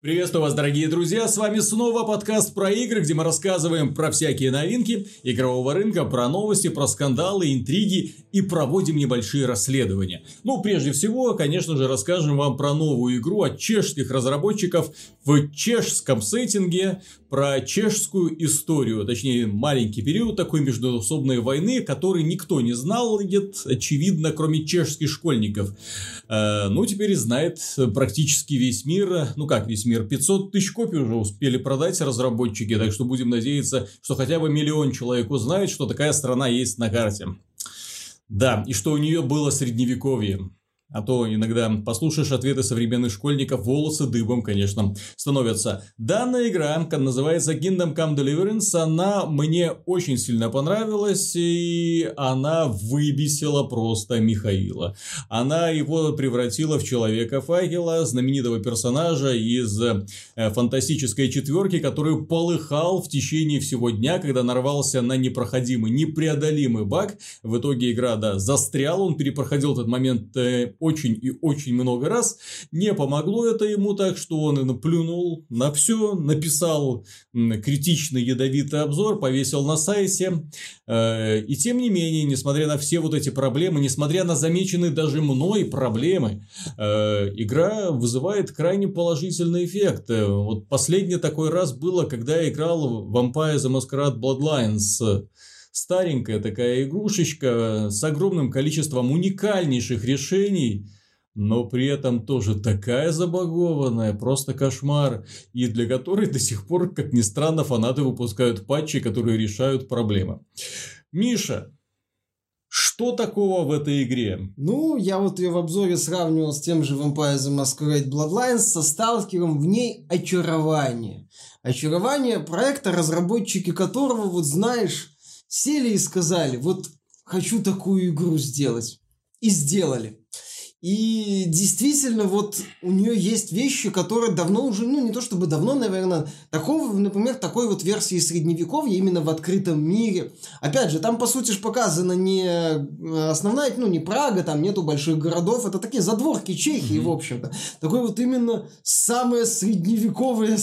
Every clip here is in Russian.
Приветствую вас, дорогие друзья, с вами снова подкаст про игры, где мы рассказываем про всякие новинки игрового рынка, про новости, про скандалы, интриги и проводим небольшие расследования. Прежде всего, конечно же, расскажем вам про новую игру от чешских разработчиков в чешском сеттинге, про чешскую историю, точнее, маленький период такой междоусобной войны, который никто не знал, очевидно, кроме чешских школьников. Теперь знает практически весь мир, весь мир, 500 тысяч копий уже успели продать разработчики, так что будем надеяться, что хотя бы 1 миллион человек узнает, что такая страна есть на карте. Да, и что у нее было средневековье. А то иногда послушаешь ответы современных школьников, волосы дыбом, конечно, становятся. Данная игра, называется Kingdom Come Deliverance, она мне очень сильно понравилась, и она выбесила просто Михаила. Она его превратила в Человека-факела, знаменитого персонажа из фантастической четверки, который полыхал в течение всего дня, когда нарвался на непроходимый, непреодолимый баг. В итоге игра, застряла, он перепроходил этот момент очень и очень много раз. Не помогло это ему, так что он плюнул на все, написал критичный ядовитый обзор, повесил на сайте. И тем не менее, несмотря на все вот эти проблемы, несмотря на замеченные даже мной проблемы, игра вызывает крайне положительный эффект. Вот последний такой раз было, когда я играл в Vampire the Masquerade Bloodlines. Старенькая такая игрушечка с огромным количеством уникальнейших решений, но при этом тоже такая забагованная, просто кошмар, и для которой до сих пор, как ни странно, фанаты выпускают патчи, которые решают проблемы. Миша, что такого в этой игре? Я вот ее в обзоре сравнивал с тем же Vampire the Masquerade Bloodlines, со Сталкером. В ней очарование. Очарование проекта, разработчики которого, сели и сказали, хочу такую игру сделать. И сделали. И действительно, у нее есть вещи, которые давно уже, не то чтобы давно, наверное, например, такой версии средневековья именно в открытом мире. Опять же, там, по сути, показана не основная, не Прага, там нету больших городов, это такие задворки Чехии, в общем-то. Такое именно самое средневековье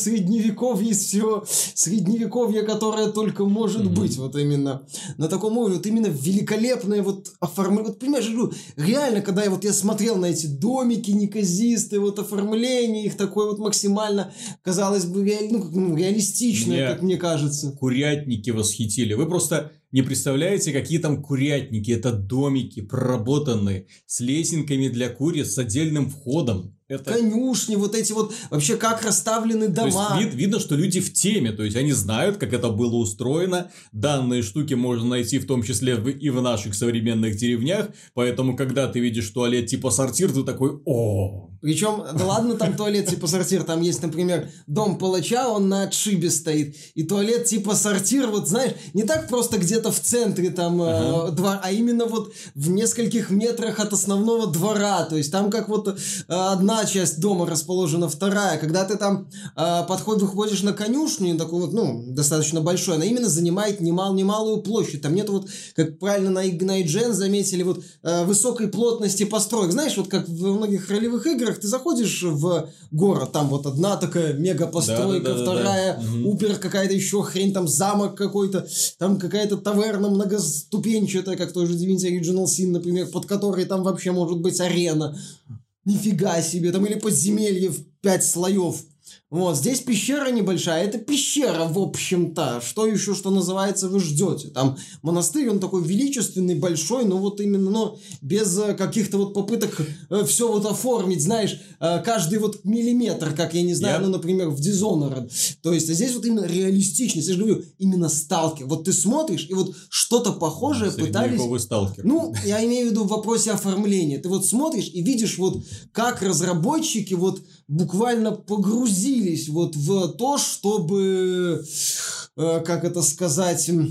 из всего средневековья, которое только может быть, именно на таком уровне, именно великолепное оформление. Понимаешь, реально, когда я смотрел на эти домики неказистые, оформление их такое максимально, казалось бы, реалистичное, как мне кажется. Курятники восхитили. Вы просто не представляете, какие там курятники. Это домики проработанные, с лесенками для куриц, с отдельным входом. Конюшни, эти вообще как расставлены дома. То есть видно, что люди в теме, то есть они знают, как это было устроено. Данные штуки можно найти в том числе и в наших современных деревнях. Поэтому, когда ты видишь туалет типа сортир, ты такой: о. Причем, ладно, там туалет типа сортир, там есть, например, дом палача, он на отшибе стоит. И туалет типа сортир, не так просто где-то в центре там двор, а именно в нескольких метрах от основного двора. То есть там как одна часть дома расположена, вторая. Когда ты там выходишь на конюшню, такую достаточно большую, она именно занимает немалую площадь. Там нет как правильно на IGN заметили, высокой плотности построек. Знаешь, как в многих ролевых играх ты заходишь в город, там одна такая мега постройка, вторая упер какая-то еще хрень, там замок какой-то, там какая-то таверна многоступенчатая, как тоже Divinity Original Sin, например, под которой там вообще может быть арена. Нифига себе, там или подземелье в 5 слоев. Здесь пещера небольшая, это пещера, в общем-то. Что еще, что называется, вы ждете? Там монастырь, он такой величественный, большой, но именно, без каких-то попыток все оформить, знаешь, каждый миллиметр, как, я не знаю, например, в Dishonored. То есть, а здесь именно реалистичность. Я же говорю, именно сталкер. Ты смотришь, и что-то похожее пытались... Сталкер. Я имею в виду в вопросе оформления. Ты смотришь и видишь, как разработчики буквально погрузились в то, чтобы, как это сказать,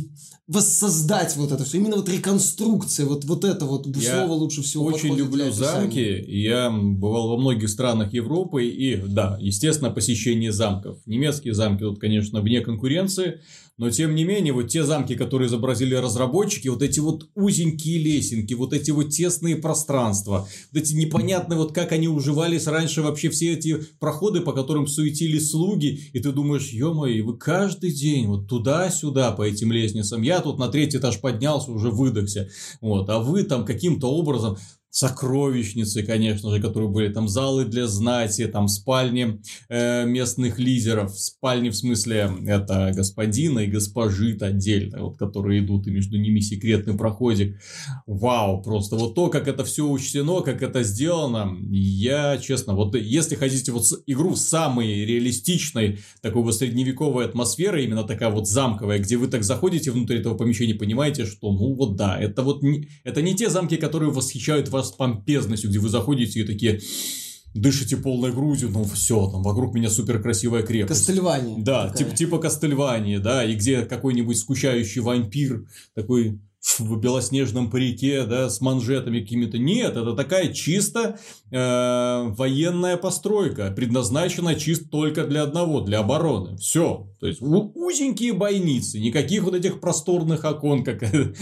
воссоздать вот это все. Именно вот реконструкция, вот это вот слово лучше всего очень люблю замки. Я бывал во многих странах Европы. И, да, естественно, посещение замков. Немецкие замки тут, конечно, вне конкуренции. Но, тем не менее, вот те замки, которые изобразили разработчики, вот эти вот узенькие лесенки, вот эти вот тесные пространства, вот эти непонятные, вот как они уживались раньше, вообще все эти проходы, по которым суетились слуги, и ты думаешь, ё-моё, вы каждый день вот туда-сюда по этим лестницам, я тут на 3-й этаж поднялся, уже выдохся, вот, а вы там каким-то образом... Сокровищницы, конечно же, которые были там залы для знати, там спальни местных лидеров, спальни в смысле это господина и госпожи отдельно, вот, которые идут и между ними секретный проходик. Вау, просто вот то, как это все учтено, как это сделано, я честно, вот если хотите вот игру с самой реалистичной такой вот средневековой атмосферой, именно такая вот замковая, где вы так заходите внутрь этого помещения, понимаете, что ну вот да, это вот это не те замки, которые восхищают вас помпезностью, где вы заходите и такие дышите полной грудью, ну все, там вокруг меня супер красивая крепость. Кастельвания. Да, типа Кастельвании, да, и где какой-нибудь скучающий вампир такой в белоснежном парике, да, с манжетами какими-то. Нет, это такая чисто военная постройка, предназначена чисто только для одного, для обороны. Все. То есть узенькие бойницы, никаких вот этих просторных окон, как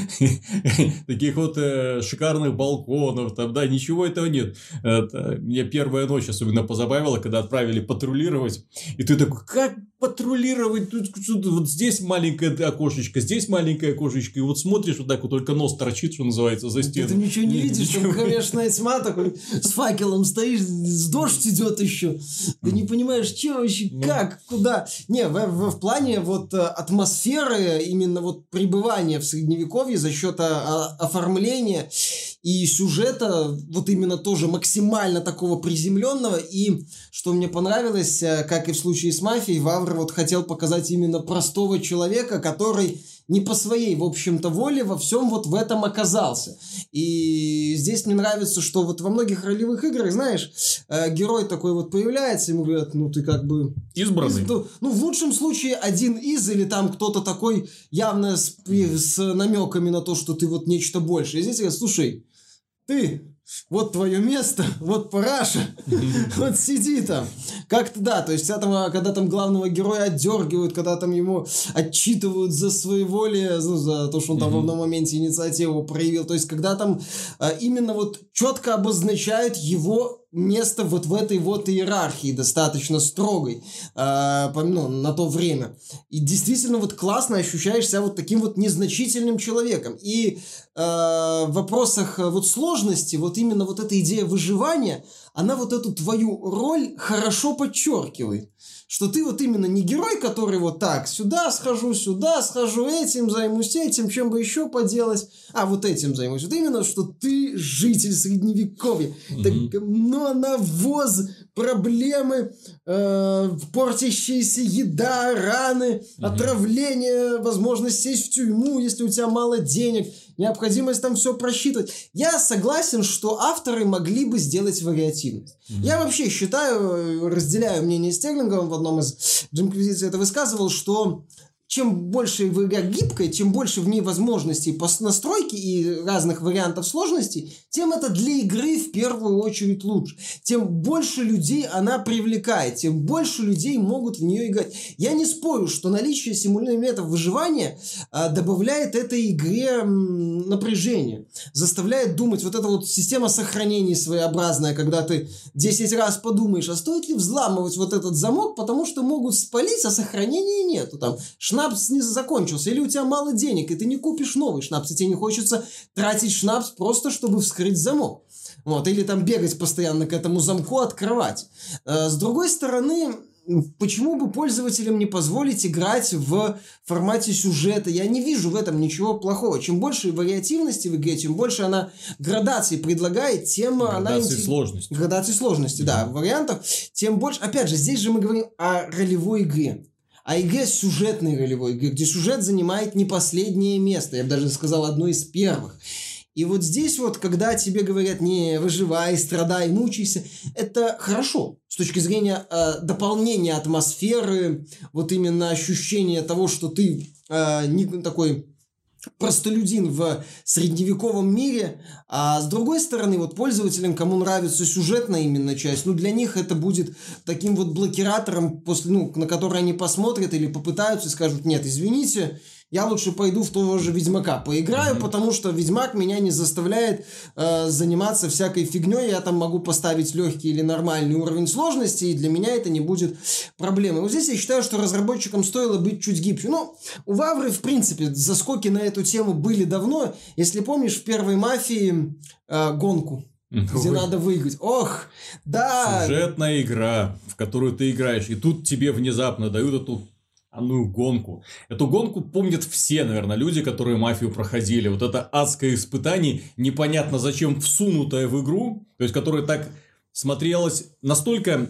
таких вот шикарных балконов, там, да, ничего этого нет. Меня первая ночь особенно позабавила, когда отправили патрулировать, и ты такой, как патрулировать? Тут вот здесь маленькое окошечко, здесь маленькое окошечко, и вот смотришь вот так вот, только нос торчит, что называется, за стену. Ты ничего не видишь, там кромешная тьма такой, с факелом стоишь, дождь идет еще. Ты не понимаешь, что вообще, как, куда. Не, в плане вот атмосферы, именно вот пребывания в Средневековье за счет оформления и сюжета, вот именно тоже максимально такого приземленного. И что мне понравилось, как и в случае с «Мафией», Вавр вот хотел показать именно простого человека, который не по своей, в общем-то, воле во всем вот в этом оказался. И здесь мне нравится, что вот во многих ролевых играх, знаешь, герой такой вот появляется, ему говорят, ну ты как бы... Избранный. Ну, в лучшем случае один из, или там кто-то такой явно с намеками на то, что ты вот нечто большее. И здесь говорят, слушай, ты... Вот твое место, вот параша, вот сиди там. Как-то да, то есть когда там главного героя отдергивают, когда там ему отчитывают за своеволие, ну, за то, что он там в одном моменте инициативу проявил. То есть когда там именно вот четко обозначают его место вот в этой вот иерархии достаточно строгой на то время. И действительно вот классно ощущаешь себя вот таким вот незначительным человеком. И в вопросах вот сложности, вот именно вот эта идея выживания, она вот эту твою роль хорошо подчеркивает. Что ты вот именно не герой, который вот так, сюда схожу, этим займусь, этим, чем бы еще поделать, а вот этим займусь. Вот именно, что ты житель Средневековья. Так, но навоз, проблемы, портящаяся еда, раны, отравление, возможность сесть в тюрьму, если у тебя мало денег, необходимость там все просчитывать. Я согласен, что авторы могли бы сделать вариативность. Я вообще считаю, разделяю мнение Стерлинга, он в одном из Джимквизиций это высказывал, что чем больше игра гибкая, чем больше в ней возможностей по настройке и разных вариантов сложностей, тем это для игры в первую очередь лучше. Тем больше людей она привлекает, тем больше людей могут в нее играть. Я не спорю, что наличие симулятора выживания добавляет этой игре напряжение, заставляет думать. Вот эта вот система сохранений своеобразная, когда ты 10 раз подумаешь, а стоит ли взламывать вот этот замок, потому что могут спалить, а сохранения нету. Там шнапс не закончился, или у тебя мало денег, и ты не купишь новый шнапс, и тебе не хочется тратить шнапс просто, чтобы вскрыть замок. Вот, или там бегать постоянно к этому замку, открывать. С другой стороны, почему бы пользователям не позволить играть в формате сюжета? Я не вижу в этом ничего плохого. Чем больше вариативности в игре, чем больше она градаций предлагает, тем градации сложности. Градации сложности, да, вариантов, тем больше. Опять же, здесь же мы говорим о ролевой игре. А игре сюжетной ролевой игре, где сюжет занимает не последнее место. Я бы даже сказал, одно из первых. И вот здесь вот, когда тебе говорят, не выживай, страдай, мучайся, это хорошо. С точки зрения дополнения атмосферы, вот именно ощущения того, что ты не такой простолюдин в средневековом мире, а с другой стороны, вот пользователям, кому нравится сюжетная именно часть, ну, для них это будет таким вот блокиратором, после, ну, на который они посмотрят или попытаются и скажут: нет, извините, я лучше пойду в того же Ведьмака поиграю, потому что Ведьмак меня не заставляет заниматься всякой фигней, я там могу поставить легкий или нормальный уровень сложности, и для меня это не будет проблемой. Вот здесь я считаю, что разработчикам стоило быть чуть гибче. Ну, у Вавры, в принципе, заскоки на эту тему были давно. Если помнишь, в первой «Мафии» гонку, где надо выиграть. Ох, да! Сюжетная игра, в которую ты играешь, и тут тебе внезапно дают эту гонку. Эту гонку помнят все, наверное, люди, которые «Мафию» проходили. Вот это адское испытание, непонятно зачем всунутое в игру, то есть, которое так смотрелось настолько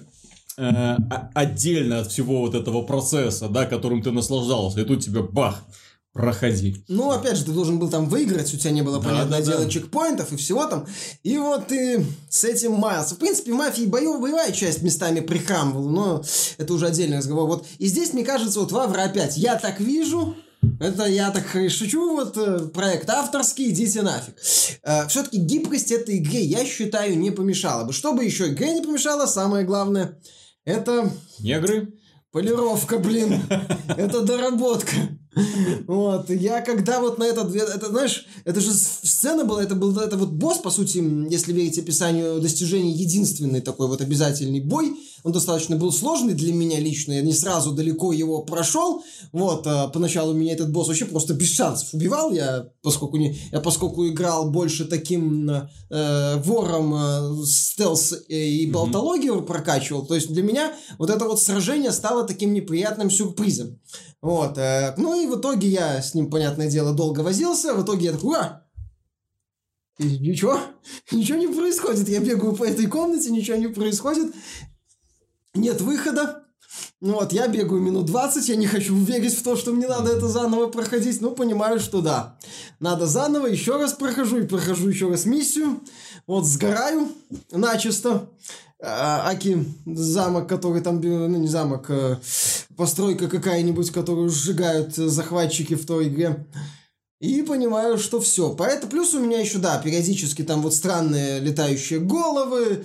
отдельно от всего вот этого процесса, да, которым ты наслаждался. И тут тебе бах! Проходи. Ну, опять же, ты должен был там выиграть, у тебя не было, понятное дело, чекпоинтов и всего там. И вот ты с этим маялся. В принципе, в «Мафии» боевая часть местами прихрамывала, но это уже отдельный разговор. Вот. И здесь, мне кажется, вот Вавра опять. Я так вижу, это я так шучу, вот проект авторский, идите нафиг. Все-таки гибкость этой игре, я считаю, не помешала бы. Что бы еще игре не помешало, самое главное, это... Негры? Полировка, блин. Это доработка. Вот, я когда вот на это, знаешь, это же сцена была, это вот босс, по сути, если верить описанию достижений, единственный такой вот обязательный бой. Он достаточно был сложный для меня лично, я не сразу далеко его прошел. Вот, поначалу меня этот босс вообще просто без шансов убивал, поскольку играл больше таким вором, стелс и болтологию прокачивал. То есть для меня вот это вот сражение стало таким неприятным сюрпризом. Вот, ну и в итоге я с ним, понятное дело, долго возился. В итоге я такой: и ничего не происходит. Я бегаю по этой комнате, ничего не происходит. Нет выхода. Вот, я бегаю минут 20, я не хочу верить в то, что мне надо это заново проходить. Ну, понимаю, что да. Надо заново, еще раз прохожу, и прохожу еще раз миссию. Вот, сгораю начисто. Аки замок, который там, ну не замок, постройка какая-нибудь, которую сжигают захватчики в той игре. И понимаю, что все. Поэтому плюс у меня еще, да, периодически там вот странные летающие головы.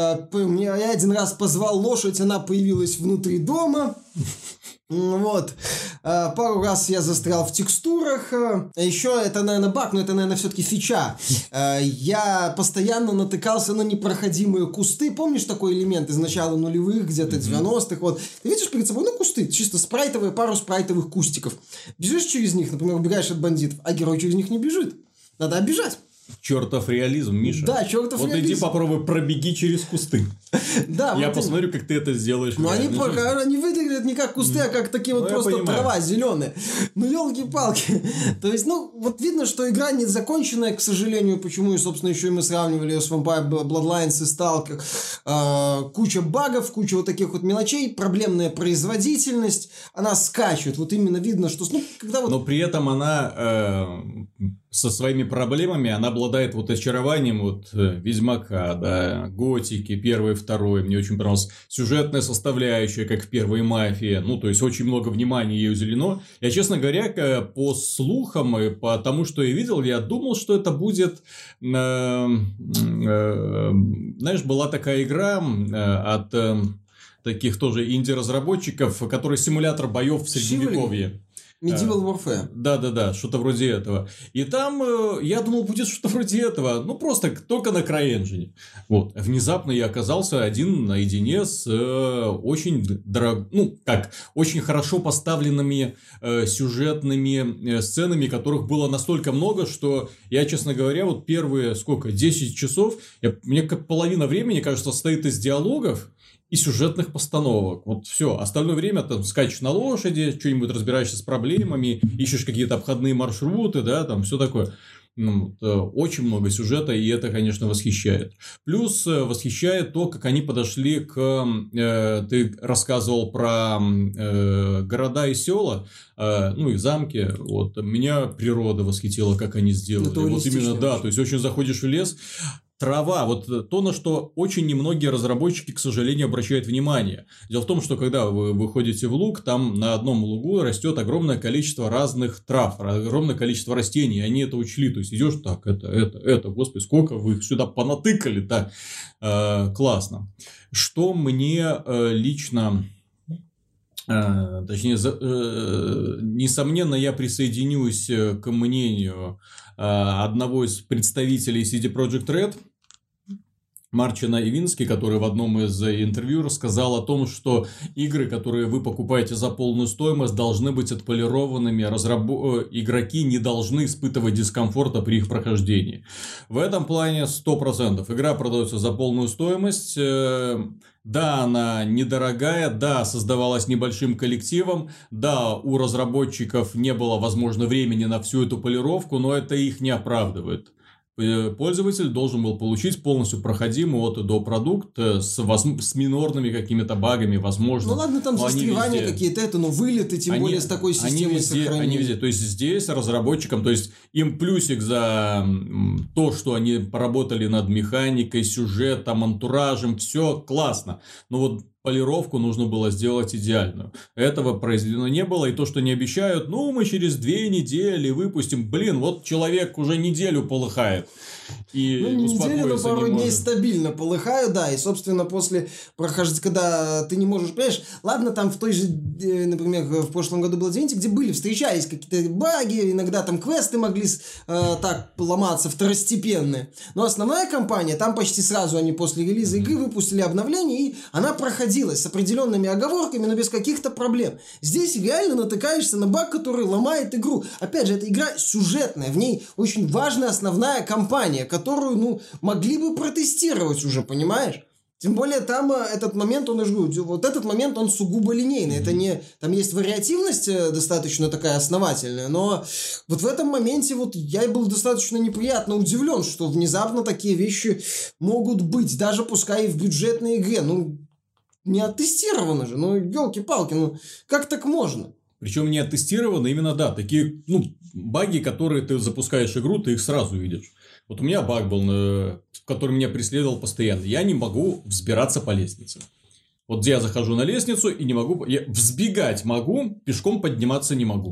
Я один раз позвал лошадь, она появилась внутри дома. Вот. Пару раз я застрял в текстурах. Еще это, наверное, баг, но это, наверное, все-таки фича. Я постоянно натыкался на непроходимые кусты. Помнишь такой элемент из начала нулевых, где-то 90-х? Вот. Ты видишь перед собой, кусты, чисто спрайтовые, пару спрайтовых кустиков. Бежишь через них, например, убегаешь от бандитов, а герой через них не бежит. Надо оббежать. Чертов реализм, Миша. Да, чертов реализм. Вот иди попробуй пробеги через кусты. Да, я посмотрю, как ты это сделаешь. Ну, они выглядят не как кусты, а как такие вот просто трава зеленые. Ну, елки-палки. То есть, вот видно, что игра не законченная, к сожалению, почему, и, собственно, еще и мы сравнивали ее с Vampire Bloodlines и Stalker. Куча багов, куча вот таких вот мелочей, проблемная производительность, она скачет. Вот именно видно, что... когда вот... Но при этом она... со своими проблемами, она обладает вот очарованием вот Ведьмака, да, Готики, первый, второй. Мне очень понравилась сюжетная составляющая, как в первой «Мафии». Ну, то есть, очень много внимания ей уделено. Я, честно говоря, по слухам и по тому, что я видел, я думал, что это будет... знаешь, была такая игра от таких тоже инди-разработчиков, который симулятор боев в Средневековье. Medieval Warfare. Да, что-то вроде этого. И там, я думал, будет что-то вроде этого. Ну, просто только на CryEngine. Вот. Внезапно я оказался один наедине с очень очень хорошо поставленными сюжетными сценами, которых было настолько много, что я, честно говоря, вот первые, 10 часов, мне как половина времени, кажется, состоит из диалогов и сюжетных постановок. Вот все. Остальное время там скачешь на лошади, что-нибудь разбираешься с проблемами, ищешь какие-то обходные маршруты, да, там все такое. Очень много сюжета, и это, конечно, восхищает. Плюс восхищает то, как они подошли к... Ты рассказывал про города и села, и замки. Вот. Меня природа восхитила, как они сделали. Вот именно, да. То есть, очень заходишь в лес... трава, вот то, на что очень немногие разработчики, к сожалению, обращают внимание. Дело в том, что когда вы выходите в луг, там на одном лугу растет огромное количество разных трав, огромное количество растений, они это учли. То есть идешь так, это, господи, сколько вы их сюда понатыкали-то, классно. Что мне лично... Точнее, несомненно, я присоединюсь к мнению одного из представителей CD Projekt Red, Марчина Ивински, который в одном из интервью рассказал о том, что игры, которые вы покупаете за полную стоимость, должны быть отполированными, игроки не должны испытывать дискомфорта при их прохождении. В этом плане 100%. Игра продается за полную стоимость. Да, она недорогая, да, создавалась небольшим коллективом, да, у разработчиков не было, возможно, времени на всю эту полировку, но это их не оправдывает. Пользователь должен был получить полностью проходимый от и до продукт с минорными какими-то багами, возможно. Ну ладно, там застревания какие-то, но вылеты, тем более с такой системой сохранения. Они везде. То есть здесь разработчикам, то есть им плюсик за то, что они поработали над механикой, сюжетом, антуражем, все классно. Но вот полировку нужно было сделать идеальную. Этого произведено не было, и то, что не обещают, мы через 2 недели выпустим. Блин, вот человек уже неделю полыхает. И не неделю, но пару дней стабильно полыхаю, да, и, собственно, после прохождения, когда ты не можешь, понимаешь, ладно, там в той же, например, в прошлом году было Divinity, где встречались какие-то баги, иногда там квесты могли так ломаться, второстепенные, но основная кампания, там почти сразу они после релиза игры выпустили обновление, и она проходилась с определенными оговорками, но без каких-то проблем. Здесь реально натыкаешься на баг, который ломает игру. Опять же, эта игра сюжетная, в ней очень важная основная кампания, которую, могли бы протестировать уже, понимаешь? Тем более там этот момент, этот момент, он сугубо линейный. Это не... Там есть вариативность достаточно такая основательная, но вот в этом моменте я был достаточно неприятно удивлен, что внезапно такие вещи могут быть, даже пускай и в бюджетной игре. Не оттестировано же, елки-палки, как так можно? Причем не оттестировано именно, да, такие, баги, которые ты запускаешь игру, ты их сразу видишь. Вот у меня баг был, который меня преследовал постоянно. Я не могу взбираться по лестнице. Вот я захожу на лестницу и не могу... Я взбегать могу, пешком подниматься не могу.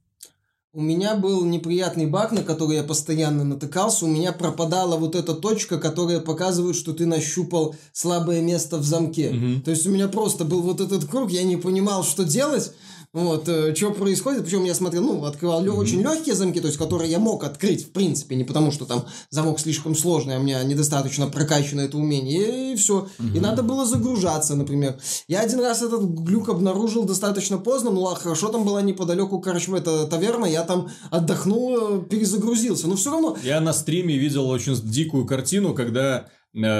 У меня был неприятный баг, на который я постоянно натыкался. У меня пропадала вот эта точка, которая показывает, что ты нащупал слабое место в замке. Угу. То есть у меня просто был вот этот круг, я не понимал, что делать. Что происходит, причем я смотрел, открывал очень легкие замки, то есть которые я мог открыть, в принципе, не потому что там замок слишком сложный, а у меня недостаточно прокачано это умение, и все. И надо было загружаться, например. Я один раз этот глюк обнаружил достаточно поздно, хорошо, там была неподалеку, это таверна, я там отдохнул, перезагрузился, но все равно. Я на стриме видел очень дикую картину, когда...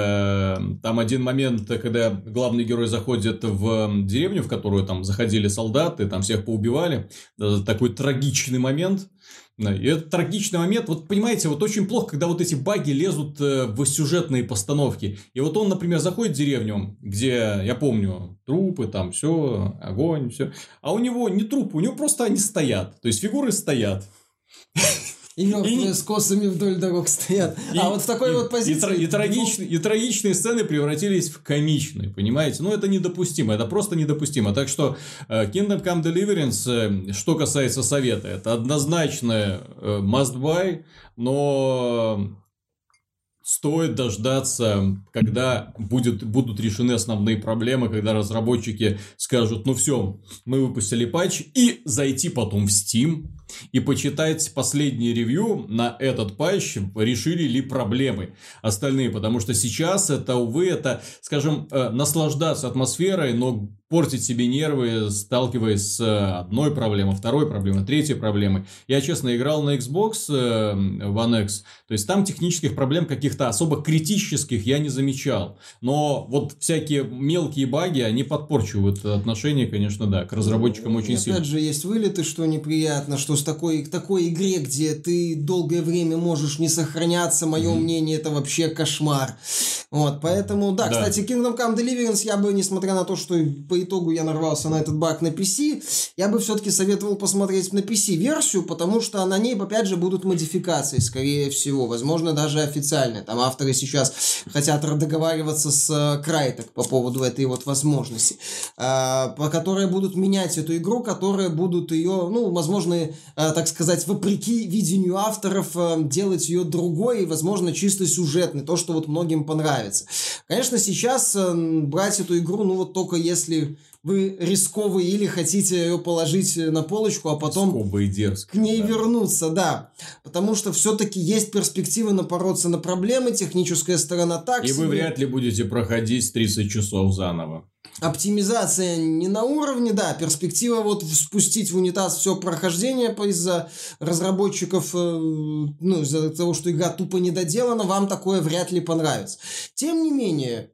Там один момент, когда главный герой заходит в деревню, в которую там заходили солдаты, там всех поубивали. Такой трагичный момент. И этот трагичный момент, понимаете, очень плохо, когда эти баги лезут в сюжетные постановки. И он, например, заходит в деревню, где, я помню, трупы, там все, огонь, все. А у него не трупы, у него просто они стоят. То есть фигуры стоят. И мертвые с косами вдоль дорог стоят. В такой позиции... И трагичные сцены превратились в комичные, понимаете? Это недопустимо, это просто недопустимо. Так что Kingdom Come Deliverance, что касается совета, это однозначно must buy, но... Стоит дождаться, когда будут решены основные проблемы, когда разработчики скажут, все, мы выпустили патч, и зайти потом в Steam и почитать последние ревью на этот патч, решили ли проблемы остальные, потому что сейчас это, увы, скажем, наслаждаться атмосферой, но портить себе нервы, сталкиваясь с одной проблемой, второй проблемой, третьей проблемой. Я, честно, играл на Xbox One X, то есть там технических проблем каких-то особо критических я не замечал. Но всякие мелкие баги, они подпорчивают отношение, конечно, да, к разработчикам очень сильно. Опять же, есть вылеты, что неприятно, что плюс к такой игре, где ты долгое время можешь не сохраняться, мое мнение, это вообще кошмар. Вот, поэтому, да, кстати, Kingdom Come Deliverance я бы, несмотря на то, что по итогу я нарвался на этот баг на PC, я бы все-таки советовал посмотреть на PC-версию, потому что на ней, опять же, будут модификации, скорее всего, возможно, даже официальные. Там авторы сейчас хотят договариваться с Crytek по поводу этой вот возможности, по которой будут менять эту игру, которые будут ее, ну, возможно, так сказать, вопреки видению авторов, делать ее другой и, возможно, чисто сюжетной, то, что вот многим понравится. Конечно, сейчас брать эту игру, ну, вот только если вы рисковый или хотите ее положить на полочку, а потом к ней вернуться, да. Потому что все-таки есть перспективы напороться на проблемы, техническая сторона так себе. И вы вряд ли будете проходить 30 часов заново. Оптимизация не на уровне, да, перспектива вот спустить в унитаз все прохождение из-за разработчиков, ну, из-за того, что игра тупо недоделана, вам такое вряд ли понравится. Тем не менее,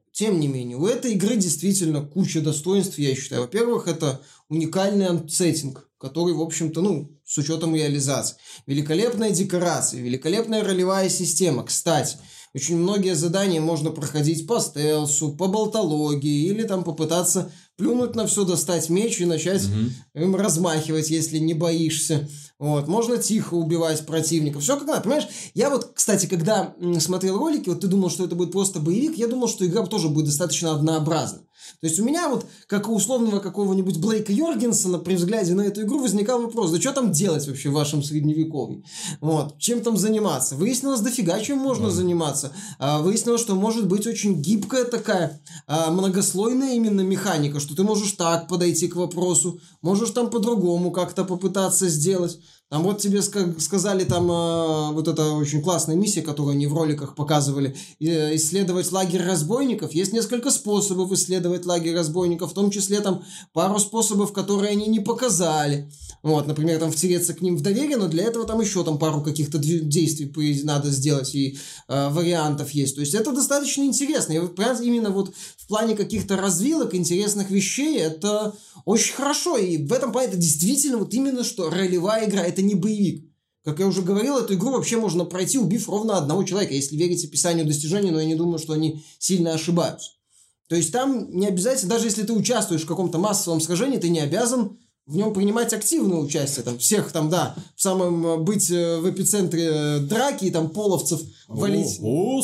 у этой игры действительно куча достоинств, я считаю. Во-первых, это уникальный сеттинг, который, в общем-то, ну, с учетом реализации. Великолепная декорация, великолепная ролевая система. Кстати, очень многие задания можно проходить по стелсу, по болтологии, или там попытаться плюнуть на все, достать меч и начать им размахивать, если не боишься. Вот. Можно тихо убивать противников. Все как надо, понимаешь? Я вот, кстати, когда смотрел ролики, вот ты думал, что это будет просто боевик, я думал, что игра тоже будет достаточно однообразна. То есть у меня вот, как у условного какого-нибудь Блейка Йоргенсена, при взгляде на эту игру возникал вопрос, да что там делать вообще в вашем средневековье? Вот, чем там заниматься? Выяснилось, дофига чем можно заниматься. Выяснилось, что может быть очень гибкая такая, многослойная именно механика, что ты можешь так подойти к вопросу, можешь там по-другому как-то попытаться сделать. Там вот тебе сказали, там вот эта очень классная миссия, которую они в роликах показывали, исследовать лагерь разбойников. Есть несколько способов исследовать лагерь разбойников, в том числе там пару способов, которые они не показали. Вот, например, там втереться к ним в доверие, но для этого там еще там пару каких-то действий надо сделать, и вариантов есть. То есть это достаточно интересно. И именно вот в плане каких-то развилок, интересных вещей, это очень хорошо. И в этом плане это действительно вот именно что ролевая игра, это не боевик. Как я уже говорил, эту игру вообще можно пройти, убив ровно одного человека, если верить описанию достижений, но я не думаю, что они сильно ошибаются. То есть там не обязательно, даже если ты участвуешь в каком-то массовом сражении, ты не обязан в нем принимать активное участие, там, всех там, да, в самом быть в эпицентре драки и там половцев валить.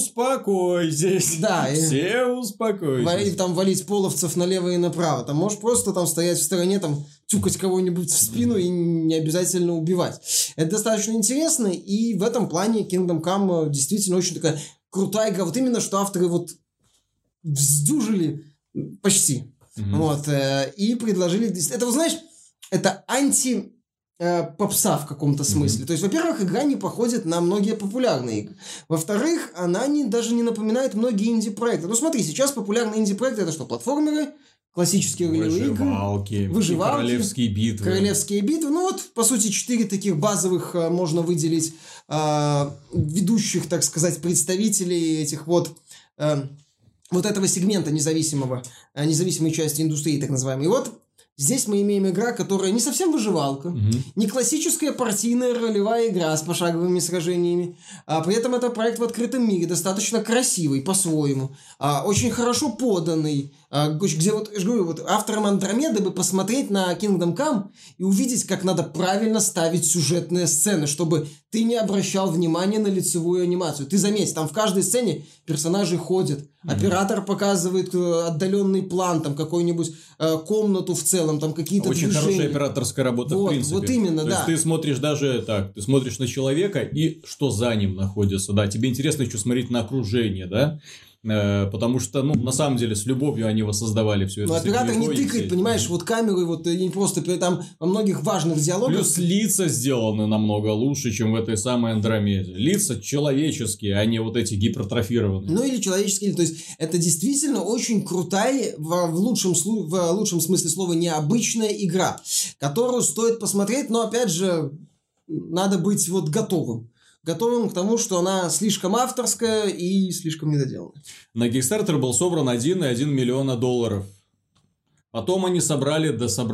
Успокойтесь. Да. Все успокойтесь. Валить половцев налево и направо. Там можешь просто там стоять в стороне, там, тюкать кого-нибудь в спину и не обязательно убивать. Это достаточно интересно, и в этом плане Kingdom Come действительно очень такая крутая игра. Вот именно, что авторы вот вздюжили почти. Вот. И предложили... Это, вот знаешь, это попса в каком-то смысле. То есть, во-первых, игра не походит на многие популярные игры. Во-вторых, она даже не напоминает многие инди-проекты. Ну, смотри, сейчас популярные инди-проекты — это что? Платформеры, классические ролевые игры, выживалки, королевские битвы. Ну, вот, по сути, 4 таких базовых можно выделить ведущих, так сказать, представителей этих вот этого сегмента независимой части индустрии, так называемой. И вот здесь мы имеем игра, которая не совсем выживалка, не классическая партийная ролевая игра с пошаговыми сражениями, а при этом это проект в открытом мире, достаточно красивый по-своему, очень хорошо поданный, где вот, я же говорю, вот авторам Андромеды бы посмотреть на Kingdom Come и увидеть, как надо правильно ставить сюжетные сцены, чтобы ты не обращал внимания на лицевую анимацию. Ты заметь, там в каждой сцене персонажи ходят, оператор показывает отдаленный план, там какую-нибудь комнату в целом, там какие-то очень движения. Хорошая операторская работа, в принципе. Вот именно, то да. есть ты смотришь даже так, ты смотришь на человека и что за ним находится, да. Тебе интересно еще смотреть на окружение, да. Потому что, ну, на самом деле, с любовью они воссоздавали все это. Но оператор не тыкает, понимаешь, вот камеры, вот не просто там во многих важных диалогах. Плюс лица сделаны намного лучше, чем в этой самой Андромеде. Лица человеческие, а не вот эти гипертрофированные. Ну, или человеческие, то есть это действительно очень крутая, в лучшем смысле слова, необычная игра, которую стоит посмотреть, но, опять же, надо быть вот готовым к тому, что она слишком авторская и слишком недоделанная. На Kickstarter был собран $1,1 миллиона. Потом они собрали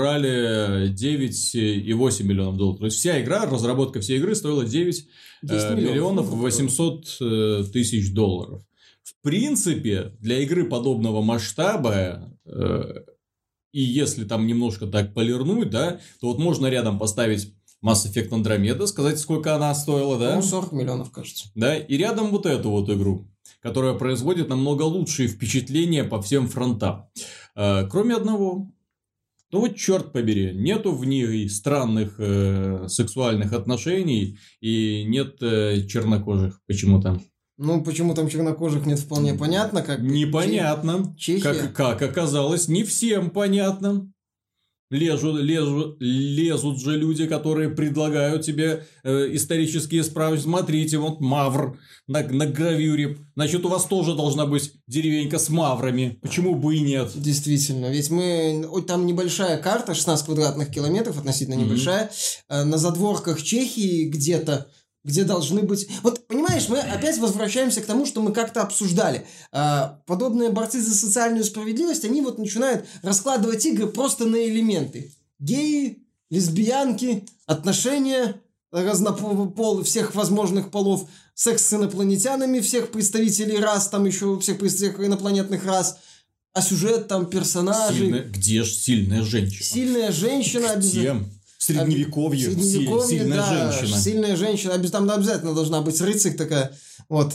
9,8 миллионов долларов. То есть вся игра, разработка всей игры стоила 9 миллионов 800 тысяч долларов. В принципе, для игры подобного масштаба, и если там немножко так полирнуть, да, то вот можно рядом поставить Mass Effect Andromeda, сказать, сколько она стоила, да? 40 миллионов, кажется. Да, и рядом вот эту вот игру, которая производит намного лучшие впечатления по всем фронтам. Кроме одного. Ну вот черт побери, нету в ней странных сексуальных отношений и нет чернокожих почему-то. Ну, почему там чернокожих нет, вполне понятно. Как непонятно. Чехия. Как оказалось, не всем понятно. Лезут же люди, которые предлагают тебе исторические справки. Смотрите, вот мавр на гравюре. Значит, у вас тоже должна быть деревенька с маврами. Почему бы и нет? Действительно. Ведь там небольшая карта, 16 квадратных километров, относительно небольшая. На задворках Чехии где-то, где должны быть... Вот, понимаешь, мы опять возвращаемся к тому, что мы как-то обсуждали. Подобные борцы за социальную справедливость, они вот начинают раскладывать игры просто на элементы. Геи, лесбиянки, отношения всех возможных полов, секс с инопланетянами, всех представителей рас, там еще всех инопланетных рас, а сюжет там персонажей... Где же сильная женщина? Сильная женщина обязательно. В Средневековье сильная женщина. Сильная женщина. Там обязательно должна быть рыцарь такая. Вот.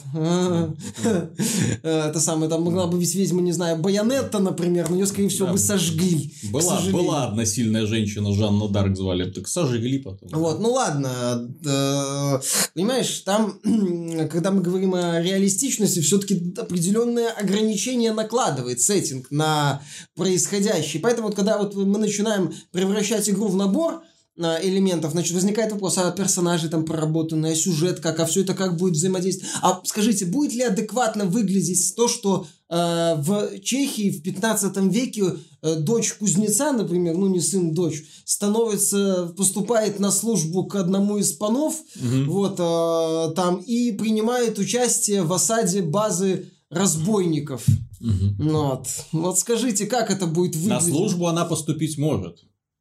Это самое, там могла бы ведь ведьма, не знаю, Байонетта, например, но ее, скорее всего, бы сожгли. Была одна сильная женщина, Жанна Дарк звали, так сожгли потом. Вот, ну ладно. Понимаешь, там, когда мы говорим о реалистичности, все-таки определенное ограничение накладывает сеттинг на происходящее. Поэтому, вот, когда вот мы начинаем превращать игру в набор элементов, значит, возникает вопрос, а персонажи там проработаны, а сюжет как, а все это как будет взаимодействовать. А скажите, будет ли адекватно выглядеть то, что в Чехии в 15 веке дочь кузнеца, например, ну не сын, дочь, поступает на службу к одному из панов, вот, там, и принимает участие в осаде базы разбойников. Вот скажите, как это будет выглядеть? На службу она поступить может.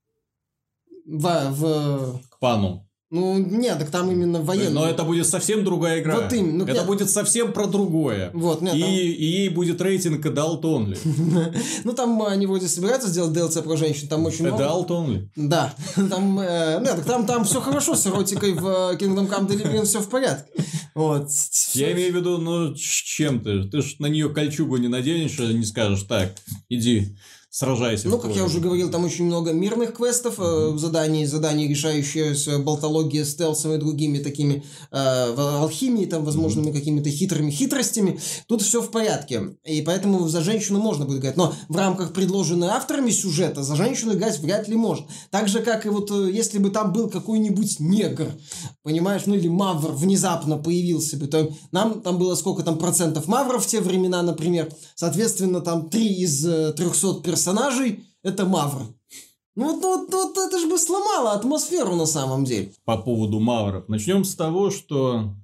К пану. Ну, нет, так там именно военный. Но это будет совсем другая игра. Вот именно. Это будет совсем про другое. Вот, нет, и ей будет рейтинг Adult Only. Ну, там они вроде собираются сделать DLC про женщин, там очень много. Adult Only? Да. Там все хорошо с эротикой в Kingdom Come Deliverance, все в порядке. Вот. Я имею в виду, ну, чем ты? Ты ж на нее кольчугу не наденешь, и не скажешь, так, иди. Сражайся. Ну, как я уже говорил, там очень много мирных квестов, заданий, решающие с болтологией, стелсом и другими такими алхимией, там, возможными какими-то хитрыми хитростями. Тут все в порядке. И поэтому за женщину можно будет играть. Но в рамках предложенной авторами сюжета за женщину играть вряд ли можно. Так же, как и вот если бы там был какой-нибудь негр, понимаешь, ну или мавр внезапно появился бы, то там было сколько там процентов мавров в те времена, например. Соответственно, там 3 из 300 персонажей – это мавры. Ну, вот это же бы сломало атмосферу на самом деле. По поводу мавров. Начнем с того, что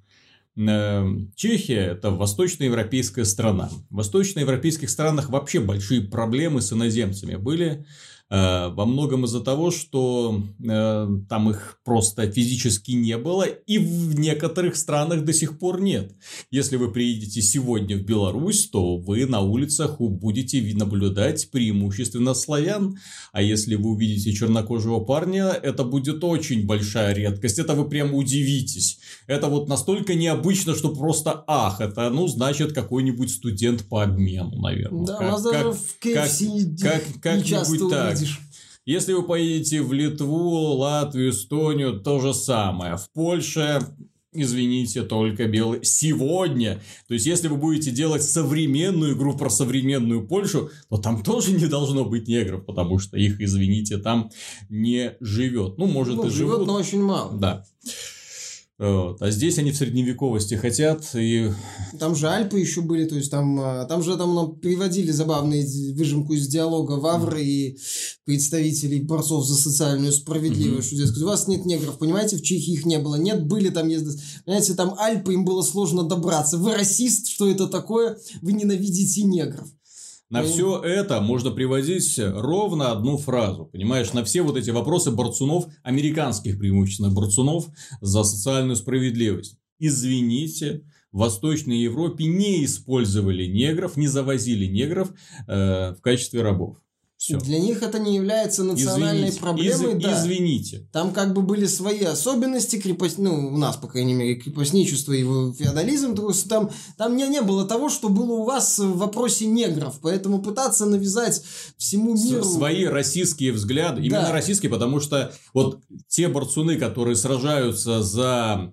Чехия – это восточноевропейская страна. В восточноевропейских странах вообще большие проблемы с иноземцами были. Во многом из-за того, что там их просто физически не было, и в некоторых странах до сих пор нет. Если вы приедете сегодня в Беларусь, то вы на улицах будете наблюдать преимущественно славян, а если вы увидите чернокожего парня, это будет очень большая редкость, это вы прямо удивитесь. Это вот настолько необычно, что просто ах, это, ну, значит, какой-нибудь студент по обмену, наверное. Да, у нас даже в KFC как-нибудь так. Если вы поедете в Литву, Латвию, Эстонию, то же самое. В Польше, извините, только белые. Сегодня. То есть, если вы будете делать современную игру про современную Польшу, то там тоже не должно быть негров, потому что их, извините, там не живет. Ну, может, и живут. Но очень мало. Да. Вот. А здесь они в средневековости хотят и... Там же Альпы еще были, то есть там нам приводили забавную выжимку из диалога Вавры и представителей борцов за социальную справедливость, что здесь, у вас нет негров, понимаете, в Чехии их не было, нет, были там, понимаете, там Альпы, им было сложно добраться, вы расист, что это такое, вы ненавидите негров. На все это можно приводить ровно одну фразу, понимаешь, на все вот эти вопросы борцунов, американских преимущественно борцунов за социальную справедливость. Извините, в Восточной Европе не использовали негров, не завозили негров в качестве рабов. Все. Для них это не является национальной проблемой. Да. Извините. Там как бы были свои особенности, у нас, по крайней мере, крепостничество и феодализм. Там не было того, что было у вас в вопросе негров. Поэтому пытаться навязать всему миру... Свои российские взгляды. Именно российские, потому что вот те борцуны, которые сражаются за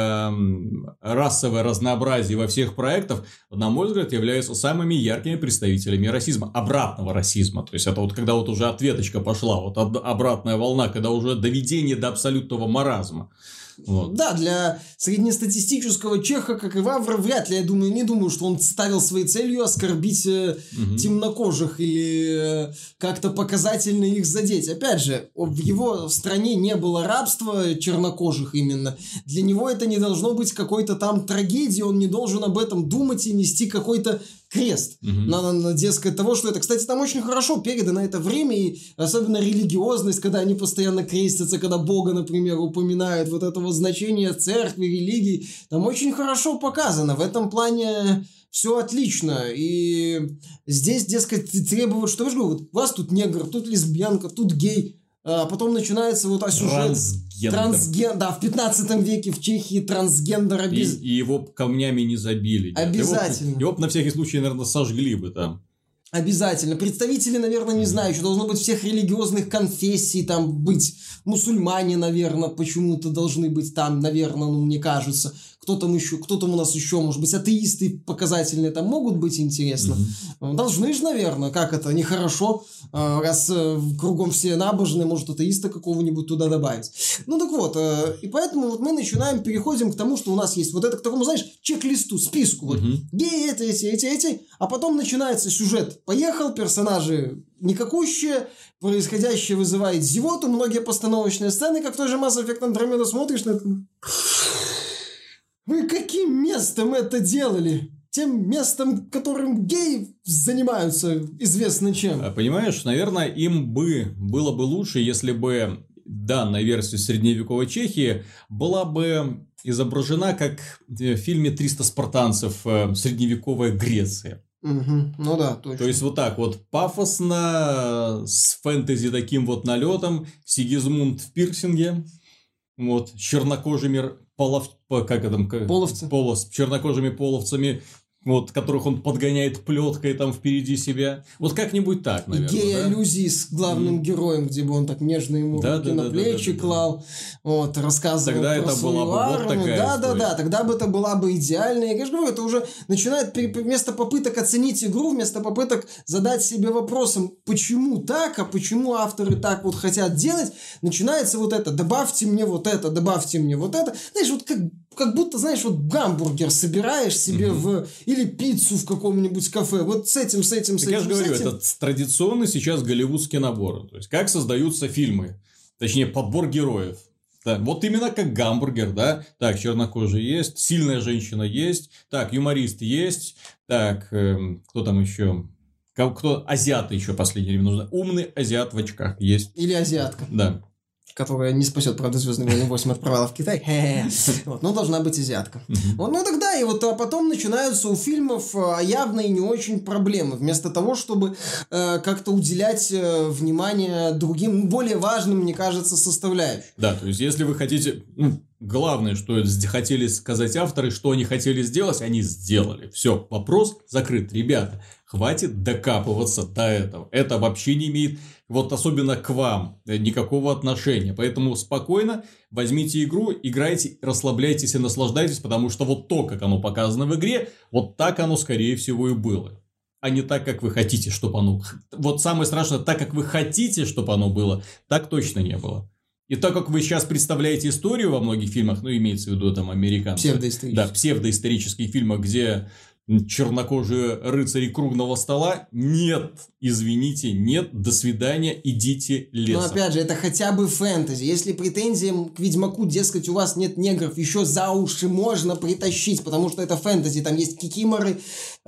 расовое разнообразие во всех проектах, на мой взгляд, являются самыми яркими представителями расизма. Обратного расизма. То есть, это вот когда вот уже ответочка пошла, вот обратная волна, когда уже доведение до абсолютного маразма. Вот. Да, для среднестатистического чеха, как и Вавр, вряд ли, не думаю, что он ставил своей целью оскорбить темнокожих или как-то показательно их задеть. Опять же, в его стране не было рабства чернокожих именно. Для него это не должно быть какой-то там трагедией, он не должен об этом думать и нести какой-то крест. На дескать того, что это, кстати, там очень хорошо передано это время, и особенно религиозность, когда они постоянно крестятся, когда Бога, например, упоминают, вот этого значения церкви, религии, там очень хорошо показано. В этом плане все отлично. И здесь, дескать, требуют, что я же говорю, вот у вас тут негр, тут лесбиянка, тут гей. А потом начинается вот сюжет. Трансгендер. Да, в 15 веке в Чехии трансгендер и его камнями не забили. Обязательно. Его на всякий случай, наверное, сожгли бы там. Обязательно. Представители, наверное, не знаю, еще должно быть всех религиозных конфессий, там быть мусульмане, наверное, почему-то должны быть там, наверное, мне кажется. Кто там у нас еще, может быть, атеисты показательные там могут быть, интересно. Должны же, наверное, как это, нехорошо, раз кругом все набожные, может, атеиста какого-нибудь туда добавить. Ну, так вот, и поэтому вот мы переходим к тому, что у нас есть вот это, к такому, знаешь, чек-листу, списку, вот, геи, эти, а потом начинается сюжет. Поехал, персонажи никакущие, происходящее вызывает зевоту, многие постановочные сцены, как в той же Mass Effect Andromeda смотришь на это... Вы каким местом это делали? Тем местом, которым геи занимаются известно чем. Понимаешь, наверное, им было бы лучше, если бы данная версия средневековой Чехии была бы изображена как в фильме «300 спартанцев. Средневековая Греция». Ну да, точно. То есть, вот так вот пафосно, с фэнтези таким вот налетом, Сигизмунд в пирсинге, вот, с чернокожими чернокожими половцами, вот, которых он подгоняет плеткой там впереди себя. Вот как-нибудь так, наверное. Гей-аллюзии с главным героем, где бы он так нежно ему руки на плечи клал, вот, рассказывал тогда про это свою была бы армию. Вот такая да, тогда бы это была бы идеальная. Я же говорю, это уже начинает вместо попыток оценить игру, вместо попыток задать себе вопросом, почему так, а почему авторы так вот хотят делать, начинается вот это, добавьте мне вот это, добавьте мне вот это. Знаешь, вот как будто, знаешь, вот гамбургер собираешь себе или пиццу в каком-нибудь кафе. Вот с этим. Я же говорю, это традиционный сейчас голливудский набор. То есть, как создаются фильмы. Точнее, подбор героев. Да, вот именно как гамбургер, да. Так, чернокожий есть, сильная женщина есть. Так, юморист есть. Так, кто там еще? Азиаты еще в последнее время нужны. Умный азиат в очках есть. Или азиатка. Да. Которая не спасет, правда, «Звездные войны 8» от провала в Китай. Вот, но должна быть азиатка. Вот, ну тогда, и вот потом начинаются у фильмов явно и не очень проблемы. Вместо того, чтобы как-то уделять внимание другим, более важным, мне кажется, составляющим. Да, то есть, если вы хотите... Главное, что хотели сказать авторы, что они хотели сделать, они сделали. Все, вопрос закрыт. Ребята, хватит докапываться до этого. Это вообще не имеет, вот особенно к вам, никакого отношения. Поэтому спокойно возьмите игру, играйте, расслабляйтесь и наслаждайтесь, потому что вот то, как оно показано в игре, вот так оно, скорее всего, и было. А не так, как вы хотите, чтобы оно... Вот самое страшное, так, как вы хотите, чтобы оно было, так точно не было. И так как вы сейчас представляете историю во многих фильмах, ну, имеется в виду там американские... Псевдоисторические. Да, псевдоисторические фильмы, где чернокожие рыцари круглого стола? Нет, извините, нет, до свидания, идите лесом. Но опять же, это хотя бы фэнтези. Если претензиям к Ведьмаку, дескать, у вас нет негров, еще за уши можно притащить, потому что это фэнтези. Там есть кикиморы,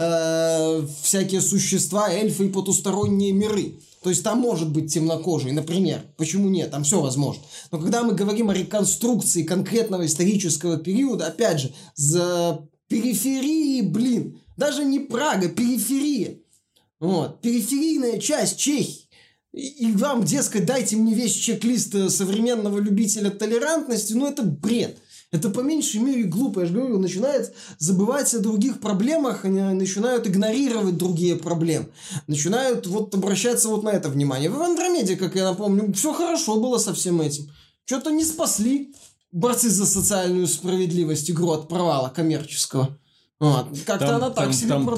всякие существа, эльфы и потусторонние миры. То есть там может быть темнокожий, например. Почему нет? Там все возможно. Но когда мы говорим о реконструкции конкретного исторического периода, опять же, за периферии, даже не Прага, периферия. Вот. Периферийная часть Чехии. И вам, дескать, дайте мне весь чек-лист современного любителя толерантности, это бред. Это по меньшей мере глупо. Я же говорю, начинают забывать о других проблемах, начинают игнорировать другие проблемы. Начинают обращаться на это внимание. В Андромеде, как я напомню, все хорошо было со всем этим. Что-то не спасли борцы за социальную справедливость игру от провала коммерческого. Как-то она так себе продавалась.